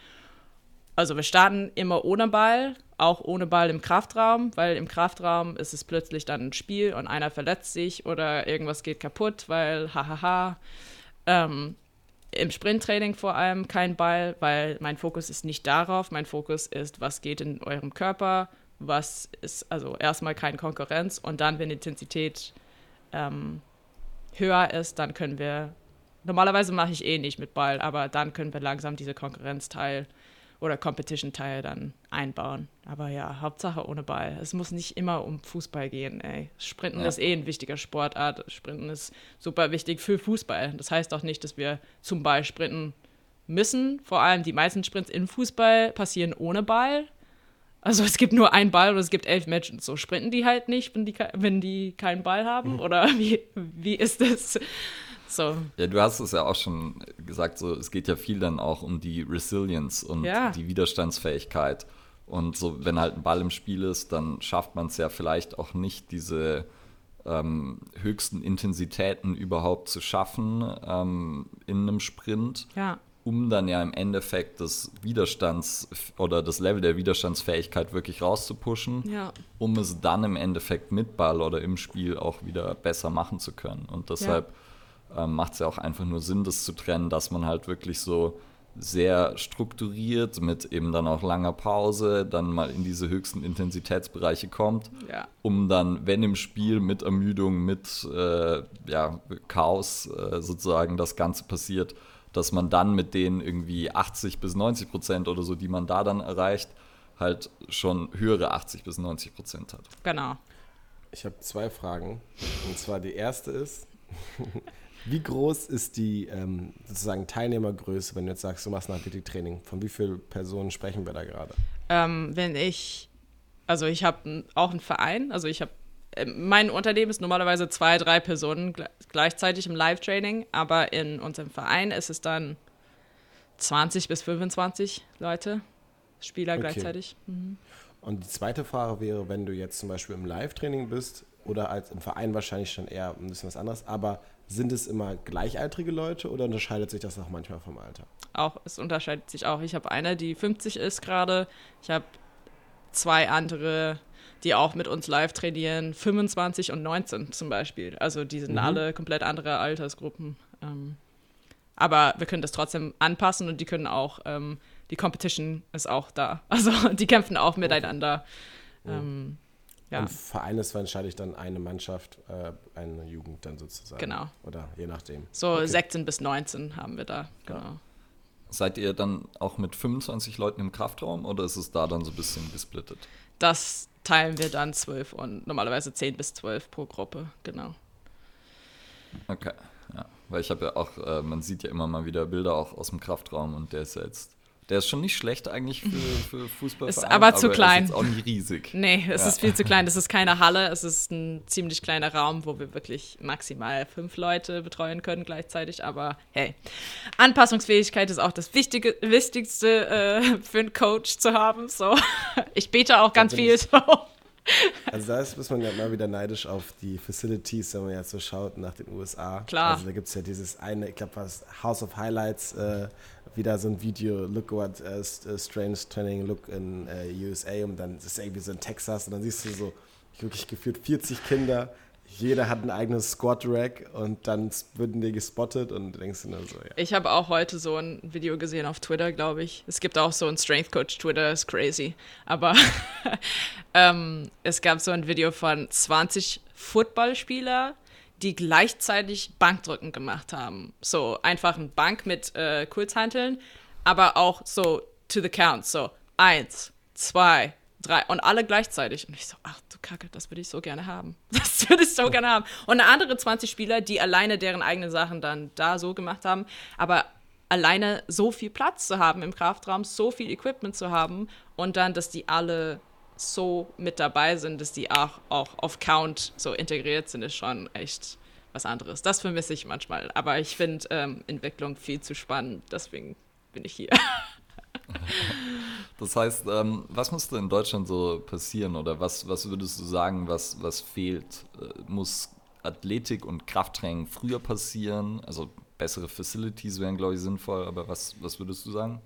Also wir starten immer ohne Ball, auch ohne Ball im Kraftraum, weil im Kraftraum ist es plötzlich dann ein Spiel und einer verletzt sich oder irgendwas geht kaputt, weil hahaha. Ähm, Im Sprinttraining vor allem kein Ball, weil mein Fokus ist nicht darauf. Mein Fokus ist, was geht in eurem Körper, was ist, also erstmal keine Konkurrenz und dann, wenn die Intensität ähm, höher ist, dann können wir, normalerweise mache ich eh nicht mit Ball, aber dann können wir langsam diese Konkurrenzteil oder Competition-Teil dann einbauen. Aber ja, Hauptsache ohne Ball. Es muss nicht immer um Fußball gehen, ey. Sprinten Ja. ist eh ein wichtiger Sportart. Sprinten ist super wichtig für Fußball. Das heißt auch nicht, dass wir zum Ball sprinten müssen. Vor allem die meisten Sprints im Fußball passieren ohne Ball. Also es gibt nur einen Ball und es gibt elf Menschen. So sprinten die halt nicht, wenn die, wenn die keinen Ball haben? Oder wie, wie ist das? So. Ja, du hast es ja auch schon gesagt, so, es geht ja viel dann auch um die Resilience und Ja. die Widerstandsfähigkeit. Und so, wenn halt ein Ball im Spiel ist, dann schafft man es ja vielleicht auch nicht, diese ähm, höchsten Intensitäten überhaupt zu schaffen ähm, in einem Sprint, Ja. um dann ja im Endeffekt das Widerstands- oder das Level der Widerstandsfähigkeit wirklich rauszupushen, Ja. um es dann im Endeffekt mit Ball oder im Spiel auch wieder besser machen zu können. Und deshalb ähm, macht es ja auch einfach nur Sinn, das zu trennen, dass man halt wirklich so sehr strukturiert mit eben dann auch langer Pause dann mal in diese höchsten Intensitätsbereiche kommt, Ja. um dann, wenn im Spiel mit Ermüdung, mit äh, ja, Chaos äh, sozusagen das Ganze passiert, dass man dann mit den irgendwie achtzig bis neunzig Prozent oder so, die man da dann erreicht, halt schon höhere achtzig bis neunzig Prozent hat. Genau. Ich habe zwei Fragen. Und zwar die erste ist, wie groß ist die ähm, sozusagen Teilnehmergröße, wenn du jetzt sagst, du machst ein Athletiktraining? Von wie vielen Personen sprechen wir da gerade? Ähm, wenn ich, also ich habe auch einen Verein, also ich habe, mein Unternehmen ist normalerweise zwei, drei Personen gle- gleichzeitig im Live-Training, aber in unserem Verein ist es dann zwanzig bis fünfundzwanzig Leute, Spieler Okay. gleichzeitig. Mhm. Und die zweite Frage wäre, wenn du jetzt zum Beispiel im Live-Training bist oder als im Verein wahrscheinlich schon eher ein bisschen was anderes, aber sind es immer gleichaltrige Leute oder unterscheidet sich das auch manchmal vom Alter? Auch, es unterscheidet sich auch. Ich habe eine, die fünfzig ist gerade. Ich habe zwei andere, die auch mit uns live trainieren, fünfundzwanzig und neunzehn zum Beispiel. Also die sind Mhm. alle komplett andere Altersgruppen. Ähm, aber wir können das trotzdem anpassen und die können auch, ähm, die Competition ist auch da. Also die kämpfen auch miteinander. Ähm, ja, Und Verein ist wahrscheinlich dann eine Mannschaft, äh, eine Jugend dann sozusagen. Genau. Oder je nachdem. so Okay. sechzehn bis neunzehn haben wir da. Genau. Seid ihr dann auch mit fünfundzwanzig Leuten im Kraftraum oder ist es da dann so ein bisschen gesplittet? Das teilen wir dann zwölf und normalerweise zehn bis zwölf pro Gruppe. Genau. Okay, ja. Weil ich habe ja auch, äh, man sieht ja immer mal wieder Bilder auch aus dem Kraftraum und der ist ja jetzt, der ist schon nicht schlecht eigentlich für, für Fußball. Ist aber zu klein. Ist jetzt auch nicht riesig. Nee, es Ja. ist viel zu klein. Das ist keine Halle. Es ist ein ziemlich kleiner Raum, wo wir wirklich maximal fünf Leute betreuen können gleichzeitig. Aber hey, Anpassungsfähigkeit ist auch das Wichtige, Wichtigste äh, für einen Coach zu haben. So, ich bete auch ganz bin viel. ich- So. Also da ist, ist man ja mal wieder neidisch auf die Facilities, wenn man jetzt so schaut nach den U S A. Klar. Also da gibt es ja dieses eine, ich glaube was, House of Highlights, äh, wieder so ein Video, look what uh, strange training look in uh, U S A und dann ist es irgendwie so in Texas und dann siehst du so wirklich gefühlt vierzig Kinder, jeder hat ein eigenes Squat-Rack und dann würden die gespottet und du denkst du nur so, ja. Ich habe auch heute so ein Video gesehen auf Twitter, glaube ich. Es gibt auch so einen Strength Coach Twitter, ist crazy. Aber ähm, es gab so ein Video von zwanzig Footballspieler, die gleichzeitig Bankdrücken gemacht haben. So einfach ein Bank mit äh, Kurzhanteln, aber auch so to the count. So eins, zwei, drei und alle gleichzeitig. Und ich so, ach du Kacke, das würde ich so gerne haben. Das würde ich so gerne haben. Und andere zwanzig Spieler, die alleine deren eigenen Sachen dann da so gemacht haben, aber alleine so viel Platz zu haben im Kraftraum, so viel Equipment zu haben und dann, dass die alle so mit dabei sind, dass die auch, auch auf Count so integriert sind, ist schon echt was anderes. Das vermisse ich manchmal. Aber ich finde ähm, Entwicklung viel zu spannend, deswegen bin ich hier. Das heißt, ähm, was müsste in Deutschland so passieren oder was, was würdest du sagen, was, was fehlt? Äh, muss Athletik und Krafttraining früher passieren? Also bessere Facilities wären, glaube ich, sinnvoll, aber was, was würdest du sagen?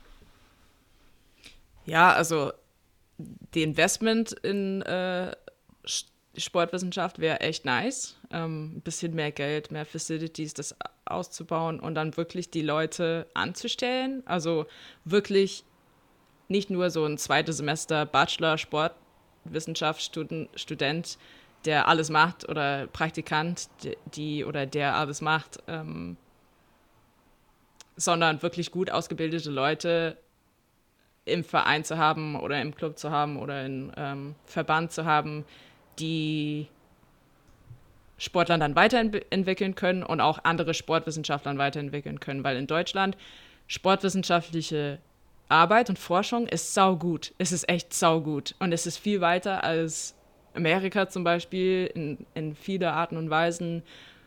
Ja, also die Investment in äh, Sportwissenschaft wäre echt nice. Ähm, ein bisschen mehr Geld, mehr Facilities, das auszubauen und dann wirklich die Leute anzustellen. Also wirklich nicht nur so ein zweites Semester Bachelor Sportwissenschaftsstudent, Student, der alles macht oder Praktikant, die oder der alles macht, ähm, sondern wirklich gut ausgebildete Leute im Verein zu haben oder im Club zu haben oder im ähm, Verband zu haben, die Sportler dann weiterentwickeln können und auch andere Sportwissenschaftler weiterentwickeln können, weil in Deutschland sportwissenschaftliche Arbeit und Forschung ist saugut. Es ist echt saugut und es ist viel weiter als Amerika zum Beispiel in, in viele Arten und Weisen.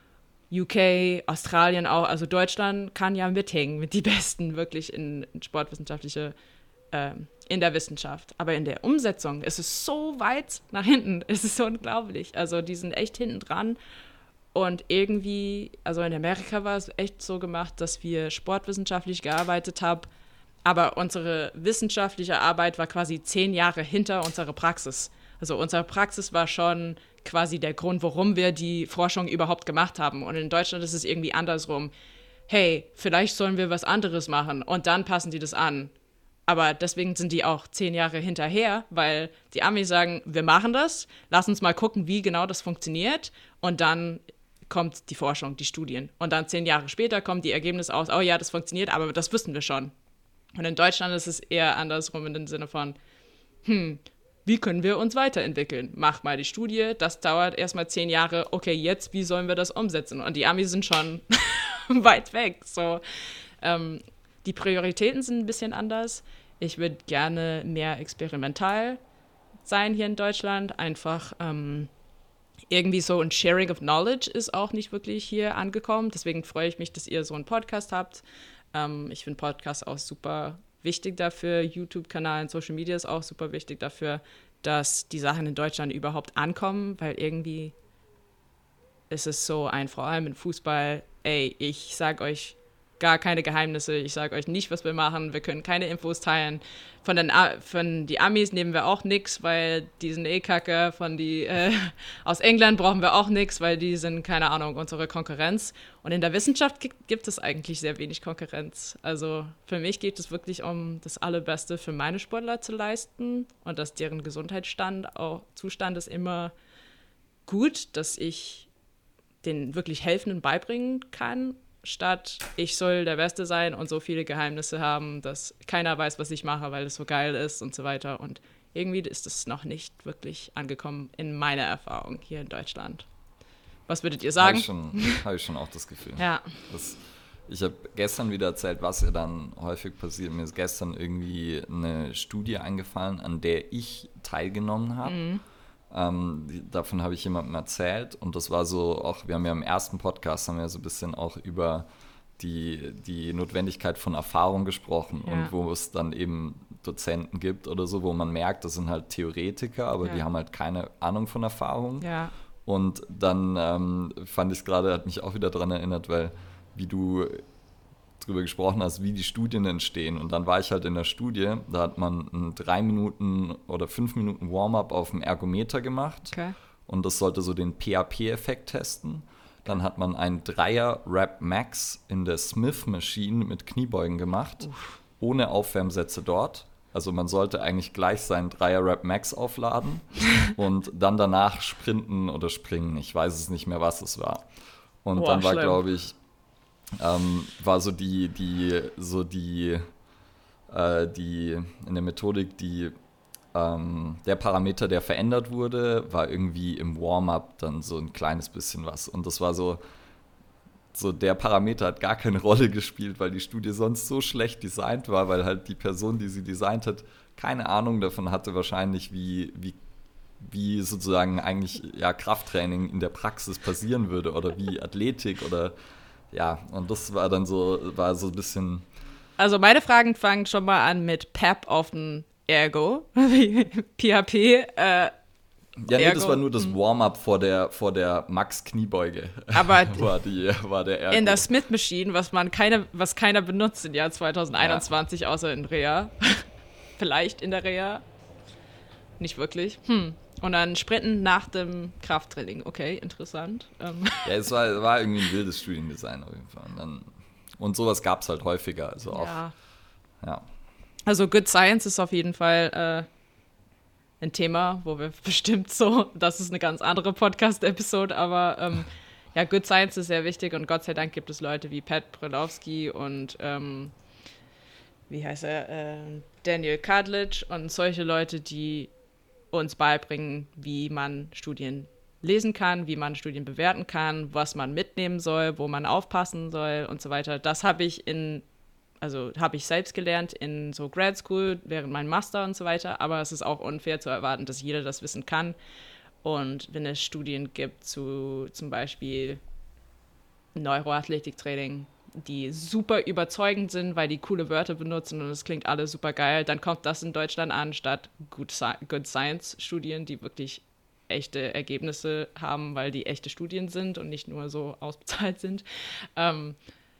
U K, Australien auch, also Deutschland kann ja mithängen mit die Besten wirklich in, in sportwissenschaftliche, äh, in der Wissenschaft. Aber in der Umsetzung ist es so weit nach hinten, es ist so unglaublich. Also die sind echt hinten dran und irgendwie, also in Amerika war es echt so gemacht, dass wir sportwissenschaftlich gearbeitet haben, aber unsere wissenschaftliche Arbeit war quasi zehn Jahre hinter unserer Praxis. Also unsere Praxis war schon quasi der Grund, warum wir die Forschung überhaupt gemacht haben. Und in Deutschland ist es irgendwie andersrum. Hey, vielleicht sollen wir was anderes machen und dann passen die das an. Aber deswegen sind die auch zehn Jahre hinterher, weil die Amis sagen, wir machen das, lass uns mal gucken, wie genau das funktioniert und dann kommt die Forschung, die Studien. Und dann zehn Jahre später kommen die Ergebnisse aus, oh ja, das funktioniert, aber das wussten wir schon. Und in Deutschland ist es eher andersrum in dem Sinne von, hm, wie können wir uns weiterentwickeln? Mach mal die Studie, das dauert erstmal zehn Jahre. Okay, jetzt, wie sollen wir das umsetzen? Und die Amis sind schon weit weg. So, ähm, die Prioritäten sind ein bisschen anders. Ich würde gerne mehr experimental sein hier in Deutschland. Einfach ähm, irgendwie so ein Sharing of Knowledge ist auch nicht wirklich hier angekommen. Deswegen freue ich mich, dass ihr so einen Podcast habt. Ähm, ich finde Podcasts auch super wichtig dafür, YouTube-Kanal, Social Media ist auch super wichtig dafür, dass die Sachen in Deutschland überhaupt ankommen, weil irgendwie ist es so ein, vor allem im Fußball, ey, ich sag euch gar keine Geheimnisse, ich sag euch nicht, was wir machen, wir können keine Infos teilen. Von den A- von die Amis nehmen wir auch nichts, weil die sind eh kacke. Von die äh, aus England brauchen wir auch nichts, weil die sind, keine Ahnung, unsere Konkurrenz. Und in der Wissenschaft gibt, gibt es eigentlich sehr wenig Konkurrenz. Also für mich geht es wirklich um das Allerbeste für meine Sportler zu leisten und dass deren Gesundheitsstand, auch Zustand ist immer gut, dass ich den wirklich Helfenden beibringen kann, statt ich soll der Beste sein und so viele Geheimnisse haben, dass keiner weiß, was ich mache, weil es so geil ist und so weiter. Und irgendwie ist es noch nicht wirklich angekommen in meiner Erfahrung hier in Deutschland. Was würdet ihr sagen? Habe ich, schon, hab ich schon auch das Gefühl. Ja. Das, ich habe gestern wieder erzählt, was ja dann häufig passiert. Mir ist gestern irgendwie eine Studie eingefallen, an der ich teilgenommen habe. Mhm. Ähm, die, davon habe ich jemandem erzählt und das war so auch, wir haben ja im ersten Podcast haben wir so ein bisschen auch über die, die Notwendigkeit von Erfahrung gesprochen ja. und wo es dann eben Dozenten gibt oder so, wo man merkt, das sind halt Theoretiker, aber ja. die haben halt keine Ahnung von Erfahrung. Ja. Und dann ähm, fand ich es gerade, hat mich auch wieder daran erinnert, weil wie du drüber gesprochen hast, wie die Studien entstehen. Und dann war ich halt in der Studie, da hat man ein drei Minuten oder fünf Minuten Warm-up auf dem Ergometer gemacht. Okay. Und das sollte so den P A P-Effekt testen. Dann hat man einen Dreier-Rep Max in der Smith-Machine mit Kniebeugen gemacht, Uff. ohne Aufwärmsätze dort. Also man sollte eigentlich gleich seinen Dreier-Rep Max aufladen und dann danach sprinten oder springen. Ich weiß es nicht mehr, was es war. Und Boah, dann war, schlimm. glaube ich, Ähm, war so die, die, so die, äh, die, in der Methodik, die, ähm, der Parameter, der verändert wurde, war irgendwie im Warm-up dann so ein kleines bisschen was. Und das war so, so der Parameter hat gar keine Rolle gespielt, weil die Studie sonst so schlecht designt war, weil halt die Person, die sie designt hat, keine Ahnung davon hatte wahrscheinlich, wie, wie, wie sozusagen eigentlich ja, Krafttraining in der Praxis passieren würde oder wie Athletik oder ja, und das war dann so, war so ein bisschen. Also meine Fragen fangen schon mal an mit Pep auf den Ergo, P H P. Äh, ja, nee, das war nur das Warm-up vor der, vor der Max-Kniebeuge. Aber war, die, war der Ergo. In der Smith-Machine, was man keine, was keiner benutzt im Jahr zwanzig einundzwanzig, ja. außer in Reha. Vielleicht in der Reha. Nicht wirklich. Hm. Und dann Sprinten nach dem Krafttraining. Okay, interessant. Ähm. Ja, es war, war irgendwie ein wildes Studiendesign auf jeden Fall. Und, dann, und sowas gab es halt häufiger. Also auch, ja. ja. Also Good Science ist auf jeden Fall äh, ein Thema, wo wir bestimmt so, das ist eine ganz andere Podcast-Episode, aber ähm, ja, Good Science ist sehr wichtig und Gott sei Dank gibt es Leute wie Pat Brylowski und ähm, wie heißt er, äh, Daniel Kadlec und solche Leute, die uns beibringen, wie man Studien lesen kann, wie man Studien bewerten kann, was man mitnehmen soll, wo man aufpassen soll und so weiter. Das habe ich in, also habe ich selbst gelernt in so Grad School, während meinem Master und so weiter, aber es ist auch unfair zu erwarten, dass jeder das wissen kann. Und wenn es Studien gibt zu zum Beispiel Neuroathletiktraining, die super überzeugend sind, weil die coole Wörter benutzen und es klingt alles super geil, dann kommt das in Deutschland an, statt Good, Good Science-Studien, die wirklich echte Ergebnisse haben, weil die echte Studien sind und nicht nur so ausbezahlt sind. Ähm,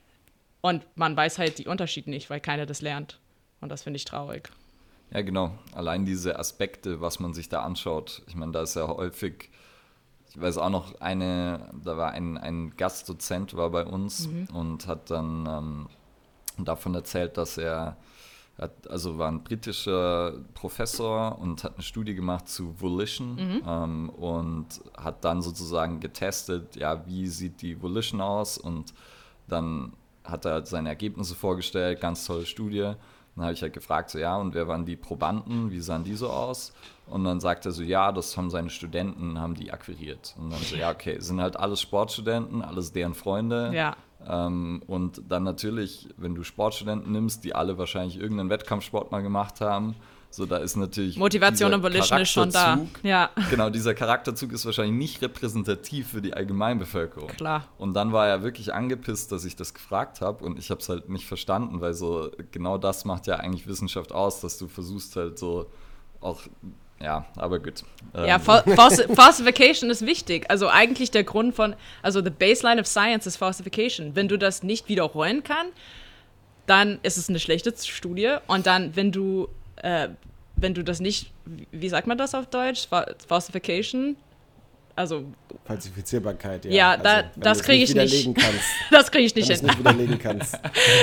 und man weiß halt die Unterschiede nicht, weil keiner das lernt. Und das finde ich traurig. Ja, genau. Allein diese Aspekte, was man sich da anschaut. Ich meine, da ist ja häufig, ich weiß auch noch, eine, da war ein, ein Gastdozent war bei uns mhm. und hat dann ähm, davon erzählt, dass er, hat, also war ein britischer Professor und hat eine Studie gemacht zu Volition mhm. ähm, und hat dann sozusagen getestet, ja, wie sieht die Volition aus, und dann hat er seine Ergebnisse vorgestellt, ganz tolle Studie. Dann habe ich halt gefragt, so ja, und wer waren die Probanden, wie sahen die so aus? Und dann sagt er so, ja, das haben seine Studenten, haben die akquiriert. Und dann so, ja, okay, sind halt alles Sportstudenten, alles deren Freunde. Ja. Ähm, und dann natürlich, wenn du Sportstudenten nimmst, die alle wahrscheinlich irgendeinen Wettkampfsport mal gemacht haben, so, da ist natürlich Motivation und Volition ist schon da. Ja. Genau, dieser Charakterzug ist wahrscheinlich nicht repräsentativ für die Allgemeinbevölkerung. Klar. Und dann war er wirklich angepisst, dass ich das gefragt habe, und ich habe es halt nicht verstanden, weil so genau das macht ja eigentlich Wissenschaft aus, dass du versuchst halt so auch, ja, aber gut. Ja, ähm. Falsification ist wichtig. Also eigentlich der Grund von, also the baseline of science ist Falsification. Wenn du das nicht wiederholen kannst, dann ist es eine schlechte Studie, und dann, wenn du Äh, wenn du das nicht, wie sagt man das auf Deutsch? Falsification? Also Falsifizierbarkeit, ja. Ja, also, da, das kriege ich nicht. das kriege ich nicht hin. Nicht widerlegen kannst.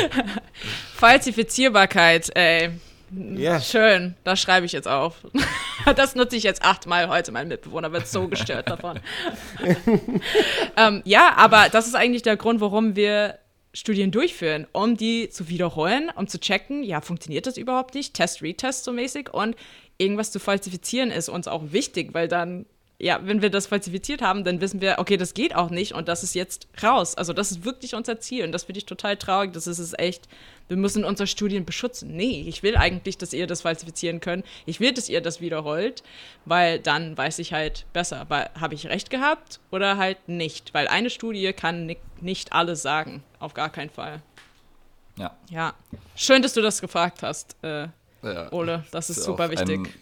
Falsifizierbarkeit, ey. Yeah. Schön, das schreibe ich jetzt auf. Das nutze ich jetzt achtmal heute. Mein Mitbewohner wird so gestört davon. ähm, ja, aber das ist eigentlich der Grund, warum wir Studien durchführen, um die zu wiederholen, um zu checken, ja, funktioniert das überhaupt nicht? Test, Retest so mäßig. Und irgendwas zu falsifizieren ist uns auch wichtig, weil dann, ja, wenn wir das falsifiziert haben, dann wissen wir, okay, das geht auch nicht und das ist jetzt raus. Also das ist wirklich unser Ziel und das finde ich total traurig. Das ist es echt, wir müssen unsere Studien beschützen. Nee, ich will eigentlich, dass ihr das falsifizieren könnt. Ich will, dass ihr das wiederholt, weil dann weiß ich halt besser, habe ich recht gehabt oder halt nicht. Weil eine Studie kann ni- nicht alles sagen, auf gar keinen Fall. Ja. Ja, schön, dass du das gefragt hast, äh, ja, Ole. Das ist, ist super wichtig. Ein,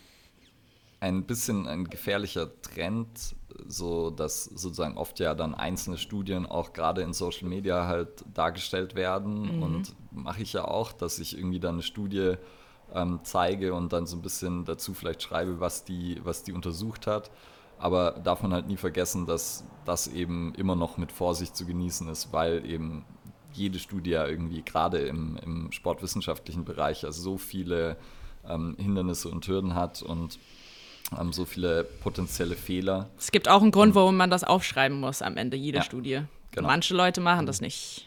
ein bisschen ein gefährlicher Trend, so dass sozusagen oft ja dann einzelne Studien auch gerade in Social Media halt dargestellt werden. Mhm. Und mache ich ja auch, dass ich irgendwie dann eine Studie ähm, zeige und dann so ein bisschen dazu vielleicht schreibe, was die, was die untersucht hat. Aber darf man halt nie vergessen, dass das eben immer noch mit Vorsicht zu genießen ist, weil eben jede Studie ja irgendwie gerade im, im sportwissenschaftlichen Bereich also so viele ähm, Hindernisse und Hürden hat und ähm, so viele potenzielle Fehler. Es gibt auch einen Grund, warum man das aufschreiben muss am Ende jeder ja, Studie. Genau. Manche Leute machen das nicht.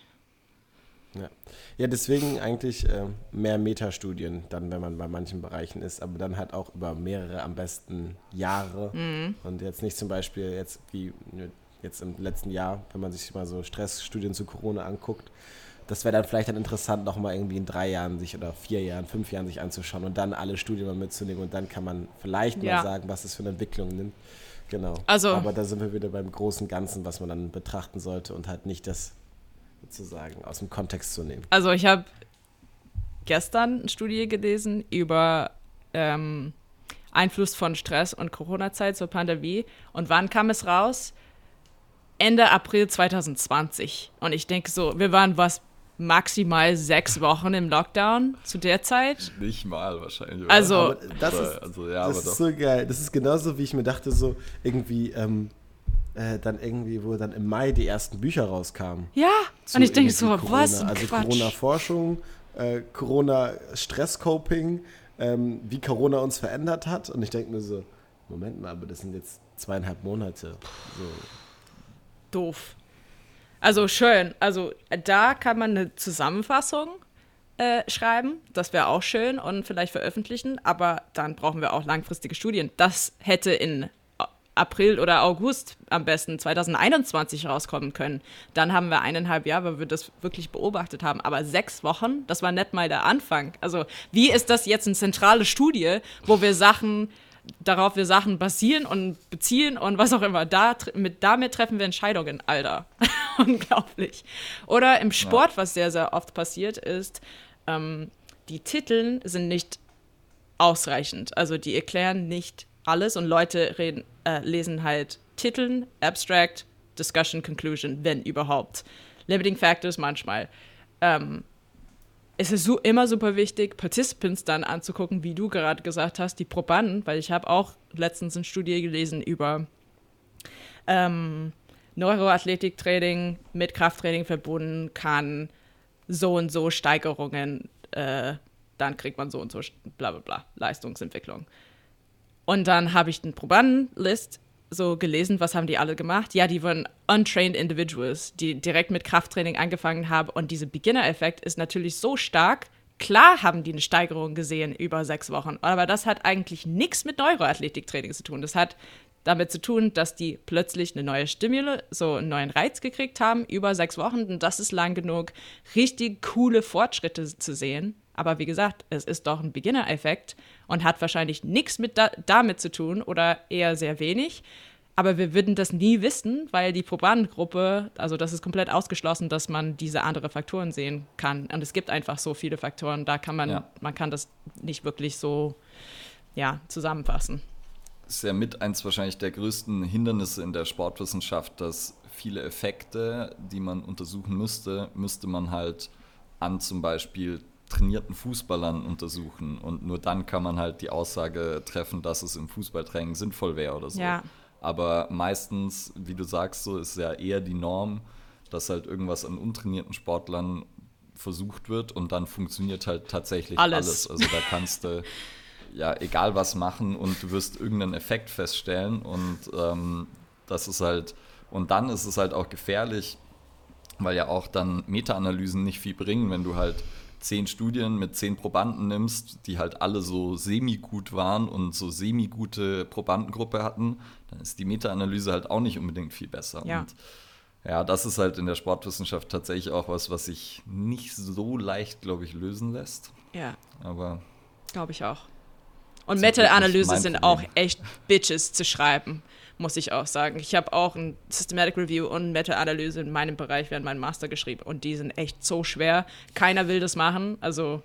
Ja, ja deswegen eigentlich äh, mehr Metastudien, dann, wenn man bei manchen Bereichen ist, aber dann halt auch über mehrere, am besten Jahre. Mhm. Und jetzt nicht zum Beispiel jetzt wie jetzt im letzten Jahr, wenn man sich mal so Stressstudien zu Corona anguckt, das wäre dann vielleicht dann interessant, nochmal irgendwie in drei Jahren sich oder vier Jahren, fünf Jahren sich anzuschauen und dann alle Studien mal mitzunehmen und dann kann man vielleicht ja. mal sagen, was es für eine Entwicklung nimmt. Genau. Also, aber da sind wir wieder beim großen Ganzen, was man dann betrachten sollte und halt nicht das sozusagen aus dem Kontext zu nehmen. Also ich habe gestern eine Studie gelesen über ähm, Einfluss von Stress und Corona-Zeit zur Pandemie. Und wann kam es raus? Ende April zwanzig zwanzig. Und ich denke so, wir waren was maximal sechs Wochen im Lockdown zu der Zeit. Nicht mal wahrscheinlich. Oder? Also, aber das, oder, ist, also, ja, das aber ist so geil. Das ist genauso, wie ich mir dachte, so irgendwie, ähm, äh, dann irgendwie, wo dann im Mai die ersten Bücher rauskamen. Ja, und ich denke so, Corona. was ein Also Quatsch. Corona-Forschung, äh, Corona-Stress-Coping, ähm, wie Corona uns verändert hat. Und ich denke mir so, Moment mal, aber das sind jetzt zweieinhalb Monate. So. Doof. Also schön. Also da kann man eine Zusammenfassung äh, schreiben. Das wäre auch schön und vielleicht veröffentlichen, aber dann brauchen wir auch langfristige Studien. Das hätte in April oder August am besten zwanzig einundzwanzig rauskommen können. Dann haben wir eineinhalb Jahre, weil wir das wirklich beobachtet haben. Aber sechs Wochen, das war nicht mal der Anfang. Also wie ist das jetzt eine zentrale Studie, wo wir Sachen, darauf wir Sachen basieren und beziehen und was auch immer. Da, mit, damit treffen wir Entscheidungen, Alter. Unglaublich. Oder im Sport, ja. was sehr, sehr oft passiert ist, ähm, die Titel sind nicht ausreichend. Also die erklären nicht alles und Leute reden, äh, lesen halt Titeln, Abstract, Discussion, Conclusion, wenn überhaupt. Limiting Factors manchmal. Ähm, es ist so, immer super wichtig, Participants dann anzugucken, wie du gerade gesagt hast, die Probanden, weil ich habe auch letztens eine Studie gelesen über ähm, Neuroathletiktraining mit Krafttraining verbunden kann so und so Steigerungen, äh, dann kriegt man so und so bla bla bla, Leistungsentwicklung. Und dann habe ich den Probandenlist so gelesen, was haben die alle gemacht? Ja, die waren untrained individuals, die direkt mit Krafttraining angefangen haben. Und dieser Beginner-Effekt ist natürlich so stark. Klar haben die eine Steigerung gesehen über sechs Wochen, aber das hat eigentlich nichts mit Neuroathletiktraining zu tun. Das hat damit zu tun, dass die plötzlich eine neue Stimule, so einen neuen Reiz gekriegt haben über sechs Wochen. Und das ist lang genug, richtig coole Fortschritte zu sehen. Aber wie gesagt, es ist doch ein Beginner-Effekt und hat wahrscheinlich nichts mit da- damit zu tun oder eher sehr wenig. Aber wir würden das nie wissen, weil die Probandengruppe, also das ist komplett ausgeschlossen, dass man diese anderen Faktoren sehen kann. Und es gibt einfach so viele Faktoren, da kann man, ja. man kann das nicht wirklich so ja, zusammenfassen. Das ist ja mit eins wahrscheinlich der größten Hindernisse in der Sportwissenschaft, dass viele Effekte, die man untersuchen müsste, müsste man halt an zum Beispiel trainierten Fußballern untersuchen und nur dann kann man halt die Aussage treffen, dass es im Fußballtraining sinnvoll wäre oder so. Ja. Aber meistens, wie du sagst, so ist ja eher die Norm, dass halt irgendwas an untrainierten Sportlern versucht wird und dann funktioniert halt tatsächlich alles. alles. Also da kannst du ja egal was machen und du wirst irgendeinen Effekt feststellen und ähm, das ist halt, und dann ist es halt auch gefährlich, weil ja auch dann Meta-Analysen nicht viel bringen, wenn du halt zehn Studien mit zehn Probanden nimmst, die halt alle so semi-gut waren und so semi-gute Probandengruppe hatten, dann ist die Meta-Analyse halt auch nicht unbedingt viel besser. Ja. Und ja, das ist halt in der Sportwissenschaft tatsächlich auch was, was sich nicht so leicht, glaube ich, lösen lässt. Ja. Aber glaube ich auch. Und Meta-Analyse sind auch echt Bitches zu schreiben, muss ich auch sagen. Ich habe auch ein Systematic Review und Meta-Analyse in meinem Bereich während meinem Master geschrieben und die sind echt so schwer. Keiner will das machen. Also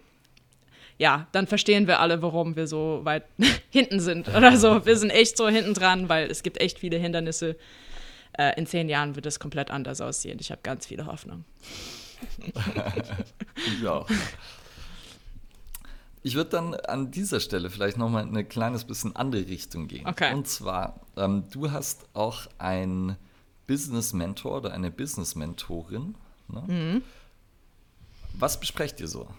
ja, dann verstehen wir alle, warum wir so weit hinten sind oder so. Wir sind echt so hinten dran, weil es gibt echt viele Hindernisse. Äh, in zehn Jahren wird es komplett anders aussehen. Ich habe ganz viele Hoffnung. Ich auch. Ich würde dann an dieser Stelle vielleicht nochmal in eine kleines bisschen andere Richtung gehen. Okay. Und zwar, ähm, du hast auch einen Business-Mentor oder eine Business-Mentorin. Ne? Mhm. Was besprecht ihr so?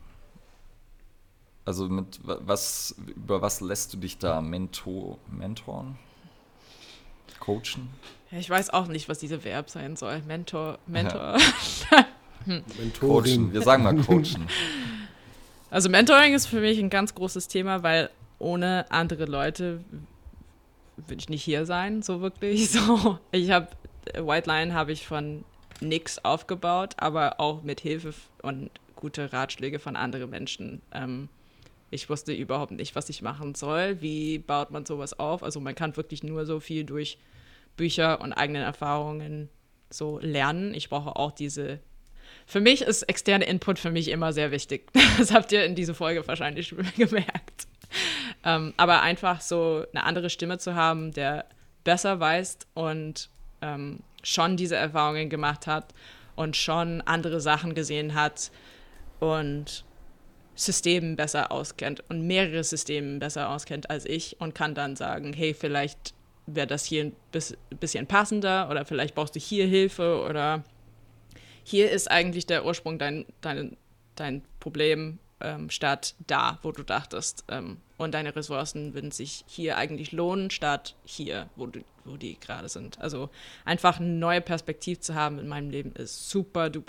Also mit was, über was lässt du dich da mentor, mentoren? Coachen? Ja, ich weiß auch nicht, was dieser Verb sein soll. Mentor, Mentor. Ja. hm. Coachen, wir sagen mal coachen. Also Mentoring ist für mich ein ganz großes Thema, weil ohne andere Leute würde ich nicht hier sein, so wirklich. So, ich habe White Lion habe ich von nix aufgebaut, aber auch mit Hilfe und gute Ratschläge von anderen Menschen. Ähm, ich wusste überhaupt nicht, was ich machen soll. Wie baut man sowas auf? Also man kann wirklich nur so viel durch Bücher und eigene Erfahrungen so lernen. Ich brauche auch diese Für mich ist externe Input für mich immer sehr wichtig. Das habt ihr in dieser Folge wahrscheinlich schon gemerkt. Ähm, aber einfach so eine andere Stimme zu haben, der besser weiß und ähm, schon diese Erfahrungen gemacht hat und schon andere Sachen gesehen hat und Systemen besser auskennt und mehrere Systeme besser auskennt als ich und kann dann sagen, hey, vielleicht wäre das hier ein bisschen passender oder vielleicht brauchst du hier Hilfe oder hier ist eigentlich der Ursprung dein, dein, dein Problem ähm, statt da, wo du dachtest. Ähm, und deine Ressourcen würden sich hier eigentlich lohnen, statt hier, wo, du, wo die gerade sind. Also einfach eine neue Perspektive zu haben in meinem Leben ist super, duper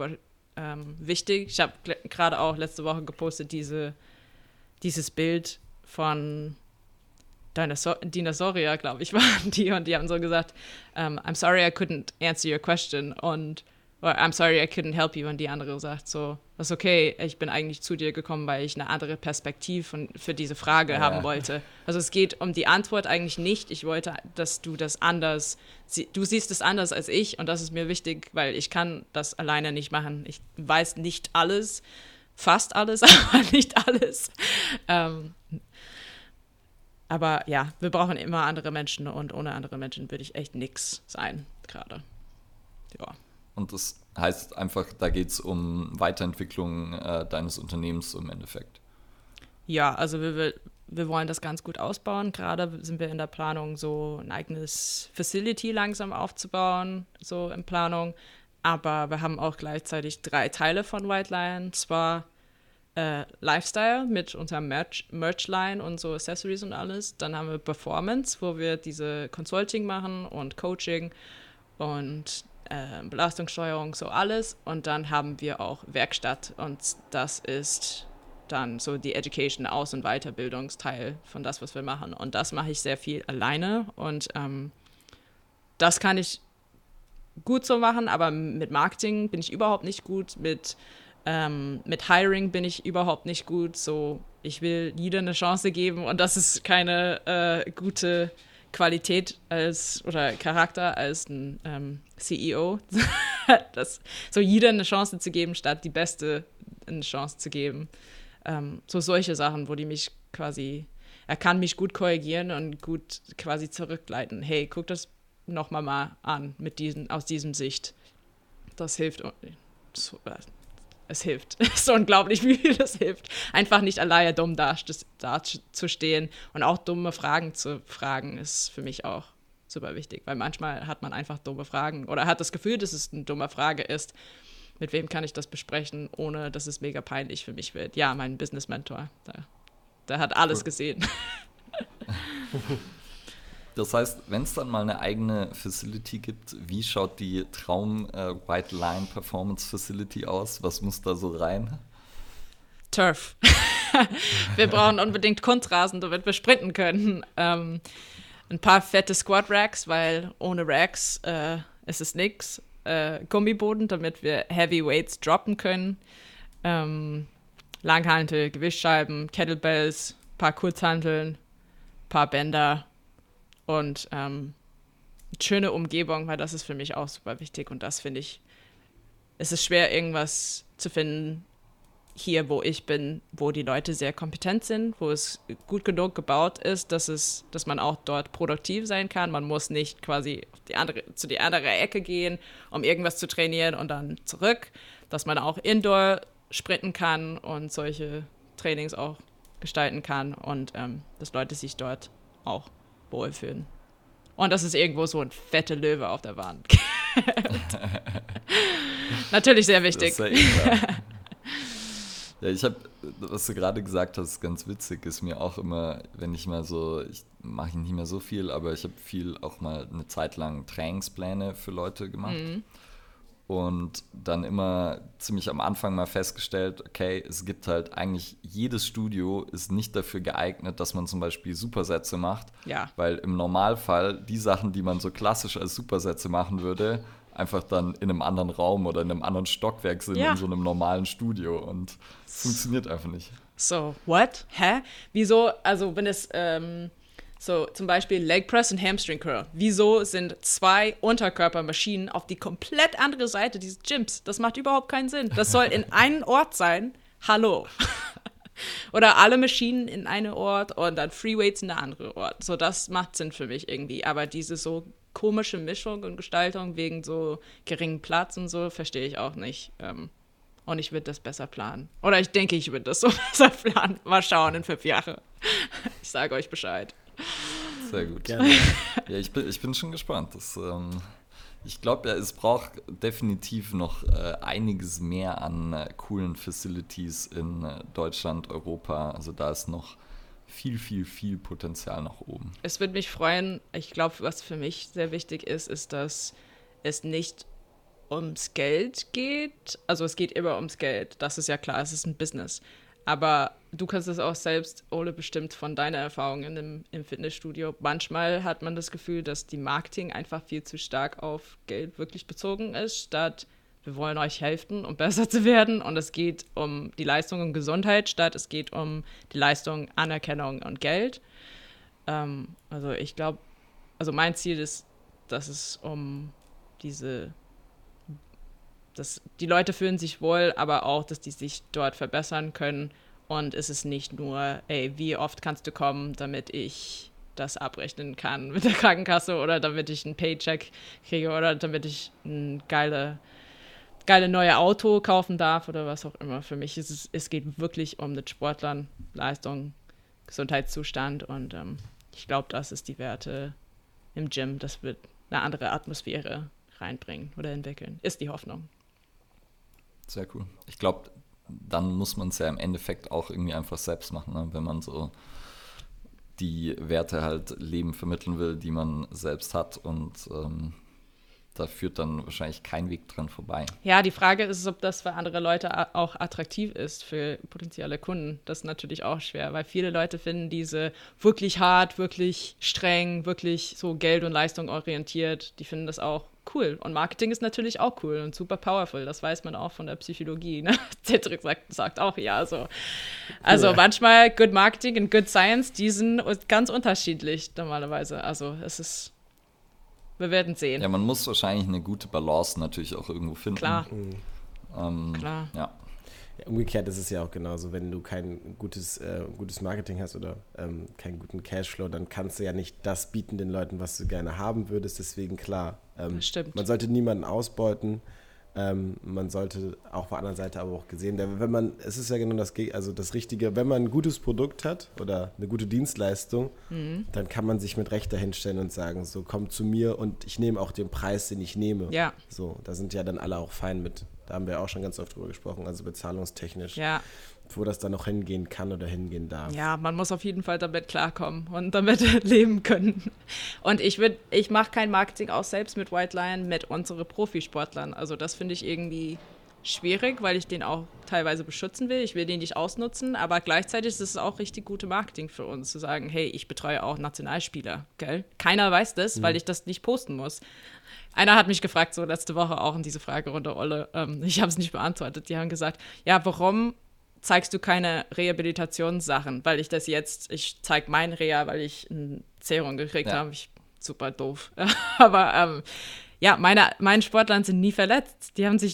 ähm, wichtig. Ich habe gerade auch letzte Woche gepostet, diese, dieses Bild von Dinosaur- Dinosaurier, glaube ich, waren die. Und die haben so gesagt, um, I'm sorry I couldn't answer your question. Und or, I'm sorry I couldn't help you. Und die andere sagt so, das ist okay, ich bin eigentlich zu dir gekommen, weil ich eine andere Perspektive von, für diese Frage ja. haben wollte. Also es geht um die Antwort eigentlich nicht. Ich wollte, dass du das anders, du siehst es anders als ich und das ist mir wichtig, weil ich kann das alleine nicht machen. Ich weiß nicht alles, fast alles, aber nicht alles. Ähm, aber ja, wir brauchen immer andere Menschen und ohne andere Menschen würde ich echt nix sein gerade. Ja. Und das heißt einfach, da geht es um Weiterentwicklung äh, deines Unternehmens im Endeffekt. Ja, also wir, wir, wir wollen das ganz gut ausbauen. Gerade sind wir in der Planung, so ein eigenes Facility langsam aufzubauen, so in Planung. Aber wir haben auch gleichzeitig drei Teile von White Lion. Zwar äh, Lifestyle mit unserem Merch, Merch-Line und so Accessories und alles. Dann haben wir Performance, wo wir diese Consulting machen und Coaching und äh, Belastungssteuerung, so alles. Und dann haben wir auch Werkstatt und das ist dann so die Education, Aus- und Weiterbildungsteil von das, was wir machen. Und das mache ich sehr viel alleine und ähm, das kann ich gut so machen, aber mit Marketing bin ich überhaupt nicht gut, mit, ähm, mit Hiring bin ich überhaupt nicht gut, so ich will jeder eine Chance geben und das ist keine äh, gute Qualität als oder Charakter als ein ähm, C E O, das, so jeder eine Chance zu geben, statt die Beste eine Chance zu geben. Ähm, so solche Sachen, wo die mich quasi, er kann mich gut korrigieren und gut quasi zurückleiten. Hey, guck das nochmal mal an mit diesen, aus diesem Sicht. Das hilft. So, äh, es hilft. Es ist unglaublich, wie viel das hilft. Einfach nicht alleine dumm dazustehen und auch dumme Fragen zu fragen, ist für mich auch super wichtig, weil manchmal hat man einfach dumme Fragen oder hat das Gefühl, dass es eine dumme Frage ist. Mit wem kann ich das besprechen, ohne dass es mega peinlich für mich wird? Ja, mein Business-Mentor, der, der hat alles cool. gesehen. Das heißt, wenn es dann mal eine eigene Facility gibt, wie schaut die Traum äh, White Lion Performance Facility aus? Was muss da so rein? Turf. Wir brauchen unbedingt Kunstrasen, damit wir sprinten können. Ähm, ein paar fette Squat-Racks, weil ohne Racks äh, ist es nix. Äh, Gummiboden, damit wir Heavy Weights droppen können. Ähm, Langhantel, Gewichtscheiben, Kettlebells, paar Kurzhanteln, paar Bänder. Und ähm, schöne Umgebung, weil das ist für mich auch super wichtig. Und das finde ich, es ist schwer, irgendwas zu finden hier, wo ich bin, wo die Leute sehr kompetent sind, wo es gut genug gebaut ist, dass, es, dass man auch dort produktiv sein kann. Man muss nicht quasi auf die andere, zu die andere Ecke gehen, um irgendwas zu trainieren und dann zurück. Dass man auch Indoor sprinten kann und solche Trainings auch gestalten kann und ähm, dass Leute sich dort auch wohlfühlen. Und das ist irgendwo so ein fetter Löwe auf der Wand. Natürlich sehr wichtig. Das ist ja, ja, ich habe, was du gerade gesagt hast, ganz witzig, ist mir auch immer, wenn ich mal so, ich mache nicht mehr so viel, aber ich habe viel auch mal eine Zeit lang Trainingspläne für Leute gemacht. Mhm. Und dann immer ziemlich am Anfang mal festgestellt, okay, es gibt halt eigentlich, jedes Studio ist nicht dafür geeignet, dass man zum Beispiel Supersätze macht. Ja. Weil im Normalfall die Sachen, die man so klassisch als Supersätze machen würde, einfach dann in einem anderen Raum oder in einem anderen Stockwerk sind, ja. in so einem normalen Studio. Und es funktioniert einfach nicht. So, what? Hä? Wieso? Also wenn es... Ähm So, zum Beispiel Leg Press und Hamstring Curl. Wieso sind zwei Unterkörpermaschinen auf die komplett andere Seite dieses Gyms? Das macht überhaupt keinen Sinn. Das soll in einem Ort sein. Hallo. Oder alle Maschinen in einem Ort und dann Freeweights in einem anderen Ort. So, das macht Sinn für mich irgendwie. Aber diese so komische Mischung und Gestaltung wegen so geringen Platz und so, verstehe ich auch nicht. Und ich würde das besser planen. Oder ich denke, ich würde das so besser planen. Mal schauen in fünf Jahren. Ich sage euch Bescheid. Sehr gut. Gerne. Ja, ich bin, ich bin schon gespannt. Das, ähm, ich glaube, ja, es braucht definitiv noch äh, einiges mehr an äh, coolen Facilities in äh, Deutschland, Europa. Also da ist noch viel, viel, viel Potenzial nach oben. Es würde mich freuen, ich glaube, was für mich sehr wichtig ist, ist, dass es nicht ums Geld geht, also es geht immer ums Geld, das ist ja klar, es ist ein Business. Aber du kannst es auch selbst, Ole, bestimmt von deiner Erfahrung in dem, im Fitnessstudio. Manchmal hat man das Gefühl, dass die Marketing einfach viel zu stark auf Geld wirklich bezogen ist, statt wir wollen euch helfen, um besser zu werden. Und es geht um die Leistung und Gesundheit, statt es geht um die Leistung, Anerkennung und Geld. Ähm, also ich glaube, also mein Ziel ist, dass es um diese dass die Leute fühlen sich wohl, aber auch, dass die sich dort verbessern können. Und es ist nicht nur, ey, wie oft kannst du kommen, damit ich das abrechnen kann mit der Krankenkasse oder damit ich einen Paycheck kriege oder damit ich ein geile, geile neue Auto kaufen darf oder was auch immer. Für mich ist es, es geht wirklich um den Sportlern, Leistung, Gesundheitszustand und ähm, ich glaube, das ist die Werte im Gym. Das wird eine andere Atmosphäre reinbringen oder entwickeln. Ist die Hoffnung. Sehr cool. Ich glaube, dann muss man es ja im Endeffekt auch irgendwie einfach selbst machen, ne? Wenn man so die Werte halt Leben vermitteln will, die man selbst hat und ähm, da führt dann wahrscheinlich kein Weg dran vorbei. Ja, die Frage ist, ob das für andere Leute auch attraktiv ist, für potenzielle Kunden. Das ist natürlich auch schwer, weil viele Leute finden diese wirklich hart, wirklich streng, wirklich so Geld- und Leistung orientiert, die finden das auch cool. Und Marketing ist natürlich auch cool und super powerful. Das weiß man auch von der Psychologie. Ne? Cedric sagt, sagt auch ja so. Also ja. Manchmal Good Marketing und Good Science, die sind ganz unterschiedlich normalerweise. Also es ist, wir werden sehen. Ja, man muss wahrscheinlich eine gute Balance natürlich auch irgendwo finden. Klar. Mhm. Ähm, Klar. Ja. Ja, umgekehrt ist es ja auch genauso, wenn du kein gutes, äh, gutes Marketing hast oder ähm, keinen guten Cashflow, dann kannst du ja nicht das bieten den Leuten, was du gerne haben würdest. Deswegen klar, ähm, Stimmt. man sollte niemanden ausbeuten. Ähm, man sollte auch auf der anderen Seite aber auch gesehen werden, wenn man, es ist ja genau das, also das Richtige, wenn man ein gutes Produkt hat oder eine gute Dienstleistung, mhm. dann kann man sich mit Recht dahinstellen und sagen, so komm zu mir und ich nehme auch den Preis, den ich nehme. Ja. So, da sind ja dann alle auch fein mit. Da haben wir auch schon ganz oft drüber gesprochen, also bezahlungstechnisch, ja. wo das dann noch hingehen kann oder hingehen darf. Ja, man muss auf jeden Fall damit klarkommen und damit leben können. Und ich würde, ich mache kein Marketing auch selbst mit White Lion, mit unseren Profisportlern. Also das finde ich irgendwie schwierig, weil ich den auch teilweise beschützen will. Ich will den nicht ausnutzen, aber gleichzeitig ist es auch richtig gute Marketing für uns, zu sagen, hey, ich betreue auch Nationalspieler, gell? Keiner weiß das, mhm. weil ich das nicht posten muss. Einer hat mich gefragt, so letzte Woche auch in diese Fragerunde, Olle, ähm, ich habe es nicht beantwortet. Die haben gesagt, ja, warum zeigst du keine Rehabilitationssachen? Weil ich das jetzt, ich zeige mein Reha, weil ich ein Serum gekriegt ja. habe. Ich, super doof. Aber ähm, ja, meine, meine Sportler sind nie verletzt. Die haben sich,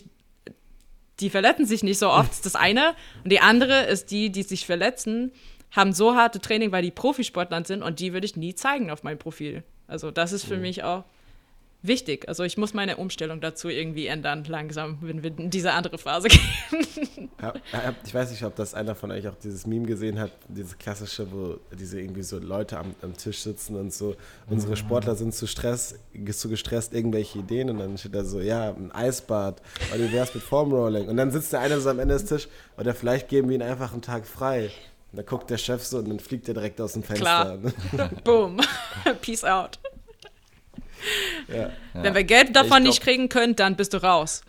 die verletzen sich nicht so oft, das ist das eine. Und die andere ist die, die sich verletzen, haben so harte Training, weil die Profisportler sind und die würde ich nie zeigen auf meinem Profil. Also das ist für mhm. mich auch wichtig. Also ich muss meine Umstellung dazu irgendwie ändern, langsam, wenn wir in diese andere Phase gehen. Ja, ich weiß nicht, ob das einer von euch auch dieses Meme gesehen hat, dieses klassische, wo diese irgendwie so Leute am, am Tisch sitzen und so, unsere Sportler sind zu Stress, zu gestresst, irgendwelche Ideen und dann steht da so, ja, ein Eisbad, oder wie wär's mit Formrolling? Und dann sitzt der eine so am Ende des Tisches oder vielleicht geben wir ihn einfach einen Tag frei. Und dann guckt der Chef so und dann fliegt er direkt aus dem Fenster. Klar. Boom. Peace out. Ja. Wenn wir Geld davon glaub, nicht kriegen können, dann bist du raus.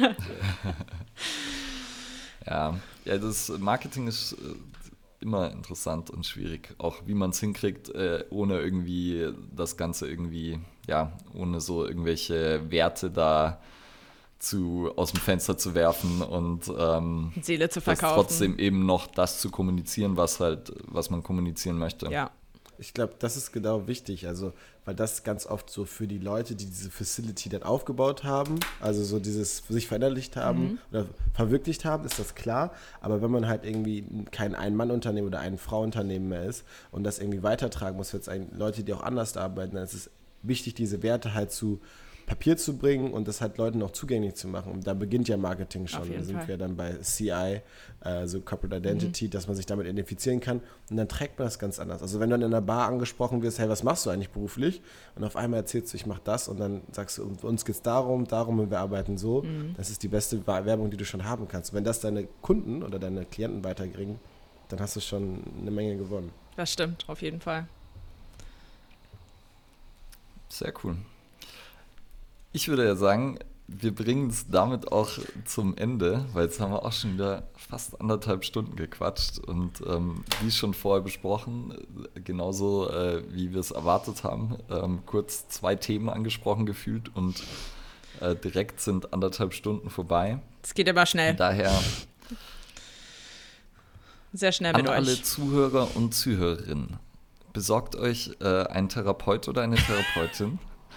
ja. ja, das Marketing ist immer interessant und schwierig. Auch wie man es hinkriegt, äh, ohne irgendwie das Ganze irgendwie, ja, ohne so irgendwelche Werte da zu, aus dem Fenster zu werfen und ähm, Seele zu verkaufen. Trotzdem eben noch das zu kommunizieren, was halt, was man kommunizieren möchte. Ja. Ich glaube, das ist genau wichtig, also weil das ganz oft so für die Leute, die diese Facility dann aufgebaut haben, also so dieses für sich verinnerlicht haben mhm. oder verwirklicht haben, ist das klar. Aber wenn man halt irgendwie kein Ein-Mann-Unternehmen oder ein Frau-Unternehmen mehr ist und das irgendwie weitertragen muss für jetzt Leute, die auch anders arbeiten, dann ist es wichtig, diese Werte halt zu Papier zu bringen und das halt Leuten auch zugänglich zu machen. Und da beginnt ja Marketing schon. Da sind Fall. wir dann bei C I, also Corporate Identity, mhm. dass man sich damit identifizieren kann. Und dann trägt man das ganz anders. Also wenn du dann in einer Bar angesprochen wirst, hey, was machst du eigentlich beruflich? Und auf einmal erzählst du, ich mache das und dann sagst du, uns geht es darum, darum und wir arbeiten so. Mhm. Das ist die beste Werbung, die du schon haben kannst. Und wenn das deine Kunden oder deine Klienten weiterkriegen, dann hast du schon eine Menge gewonnen. Das stimmt, auf jeden Fall. Sehr cool. Ich würde ja sagen, wir bringen es damit auch zum Ende, weil jetzt haben wir auch schon wieder fast anderthalb Stunden gequatscht und ähm, wie schon vorher besprochen, genauso äh, wie wir es erwartet haben, ähm, kurz zwei Themen angesprochen gefühlt und äh, direkt sind anderthalb Stunden vorbei. Es geht aber schnell. Daher sehr schnell an mit alle euch. Zuhörer und Zuhörerinnen, besorgt euch äh, einen Therapeut oder eine Therapeutin.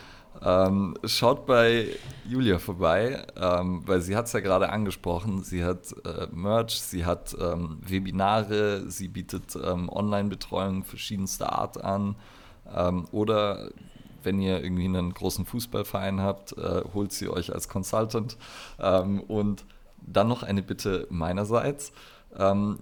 Ähm, schaut bei Julia vorbei, ähm, weil sie hat es ja gerade angesprochen. Sie hat äh, Merch, sie hat ähm, Webinare, sie bietet ähm, Online-Betreuung verschiedenster Art an. Ähm, oder wenn ihr irgendwie einen großen Fußballverein habt, äh, holt sie euch als Consultant. Ähm, und dann noch eine Bitte meinerseits. Ähm,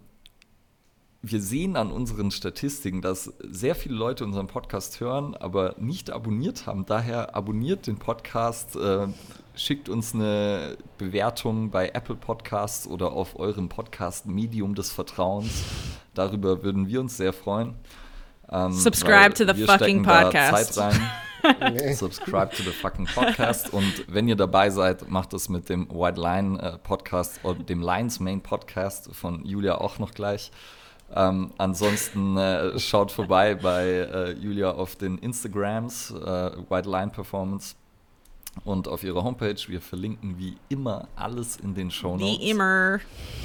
Wir sehen an unseren Statistiken, dass sehr viele Leute unseren Podcast hören, aber nicht abonniert haben. Daher abonniert den Podcast, äh, schickt uns eine Bewertung bei Apple Podcasts oder auf eurem Podcast-Medium des Vertrauens. Darüber würden wir uns sehr freuen. Ähm, Subscribe to the wir fucking stecken da podcast. Zeit rein. Subscribe to the fucking podcast. Und wenn ihr dabei seid, macht es mit dem White Line äh, Podcast oder dem Lions Main Podcast von Julia auch noch gleich. Ähm, ansonsten äh, schaut vorbei bei äh, Julia auf den Instagrams, äh, White Line Performance und auf ihrer Homepage. Wir verlinken wie immer alles in den Shownotes. Wie immer.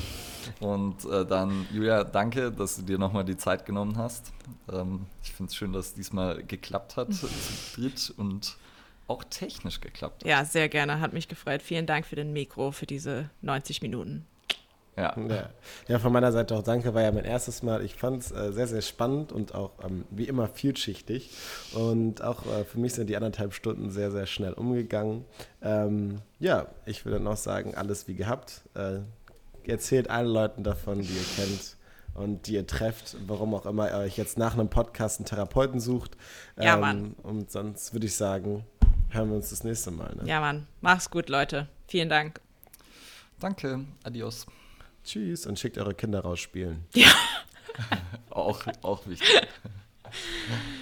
Und äh, dann, Julia, danke, dass du dir nochmal die Zeit genommen hast. Ähm, ich finde es schön, dass es diesmal geklappt hat, zu dritt und auch technisch geklappt hat. Ja, sehr gerne. Hat mich gefreut. Vielen Dank für den Mikro, für diese neunzig Minuten. Ja. Ja. ja, von meiner Seite auch danke, war ja mein erstes Mal. Ich fand es äh, sehr, sehr spannend und auch ähm, wie immer vielschichtig. Und auch äh, für mich sind die anderthalb Stunden sehr, sehr schnell umgegangen. Ähm, ja, ich würde noch sagen, alles wie gehabt. Äh, erzählt allen Leuten davon, die ihr kennt und die ihr trefft, warum auch immer ihr euch jetzt nach einem Podcast einen Therapeuten sucht. Ähm, Ja, Mann. Und sonst würde ich sagen, hören wir uns das nächste Mal. Ne? Ja, Mann. Mach's gut, Leute. Vielen Dank. Danke, adios. Tschüss und schickt eure Kinder rausspielen. Ja. auch, auch wichtig.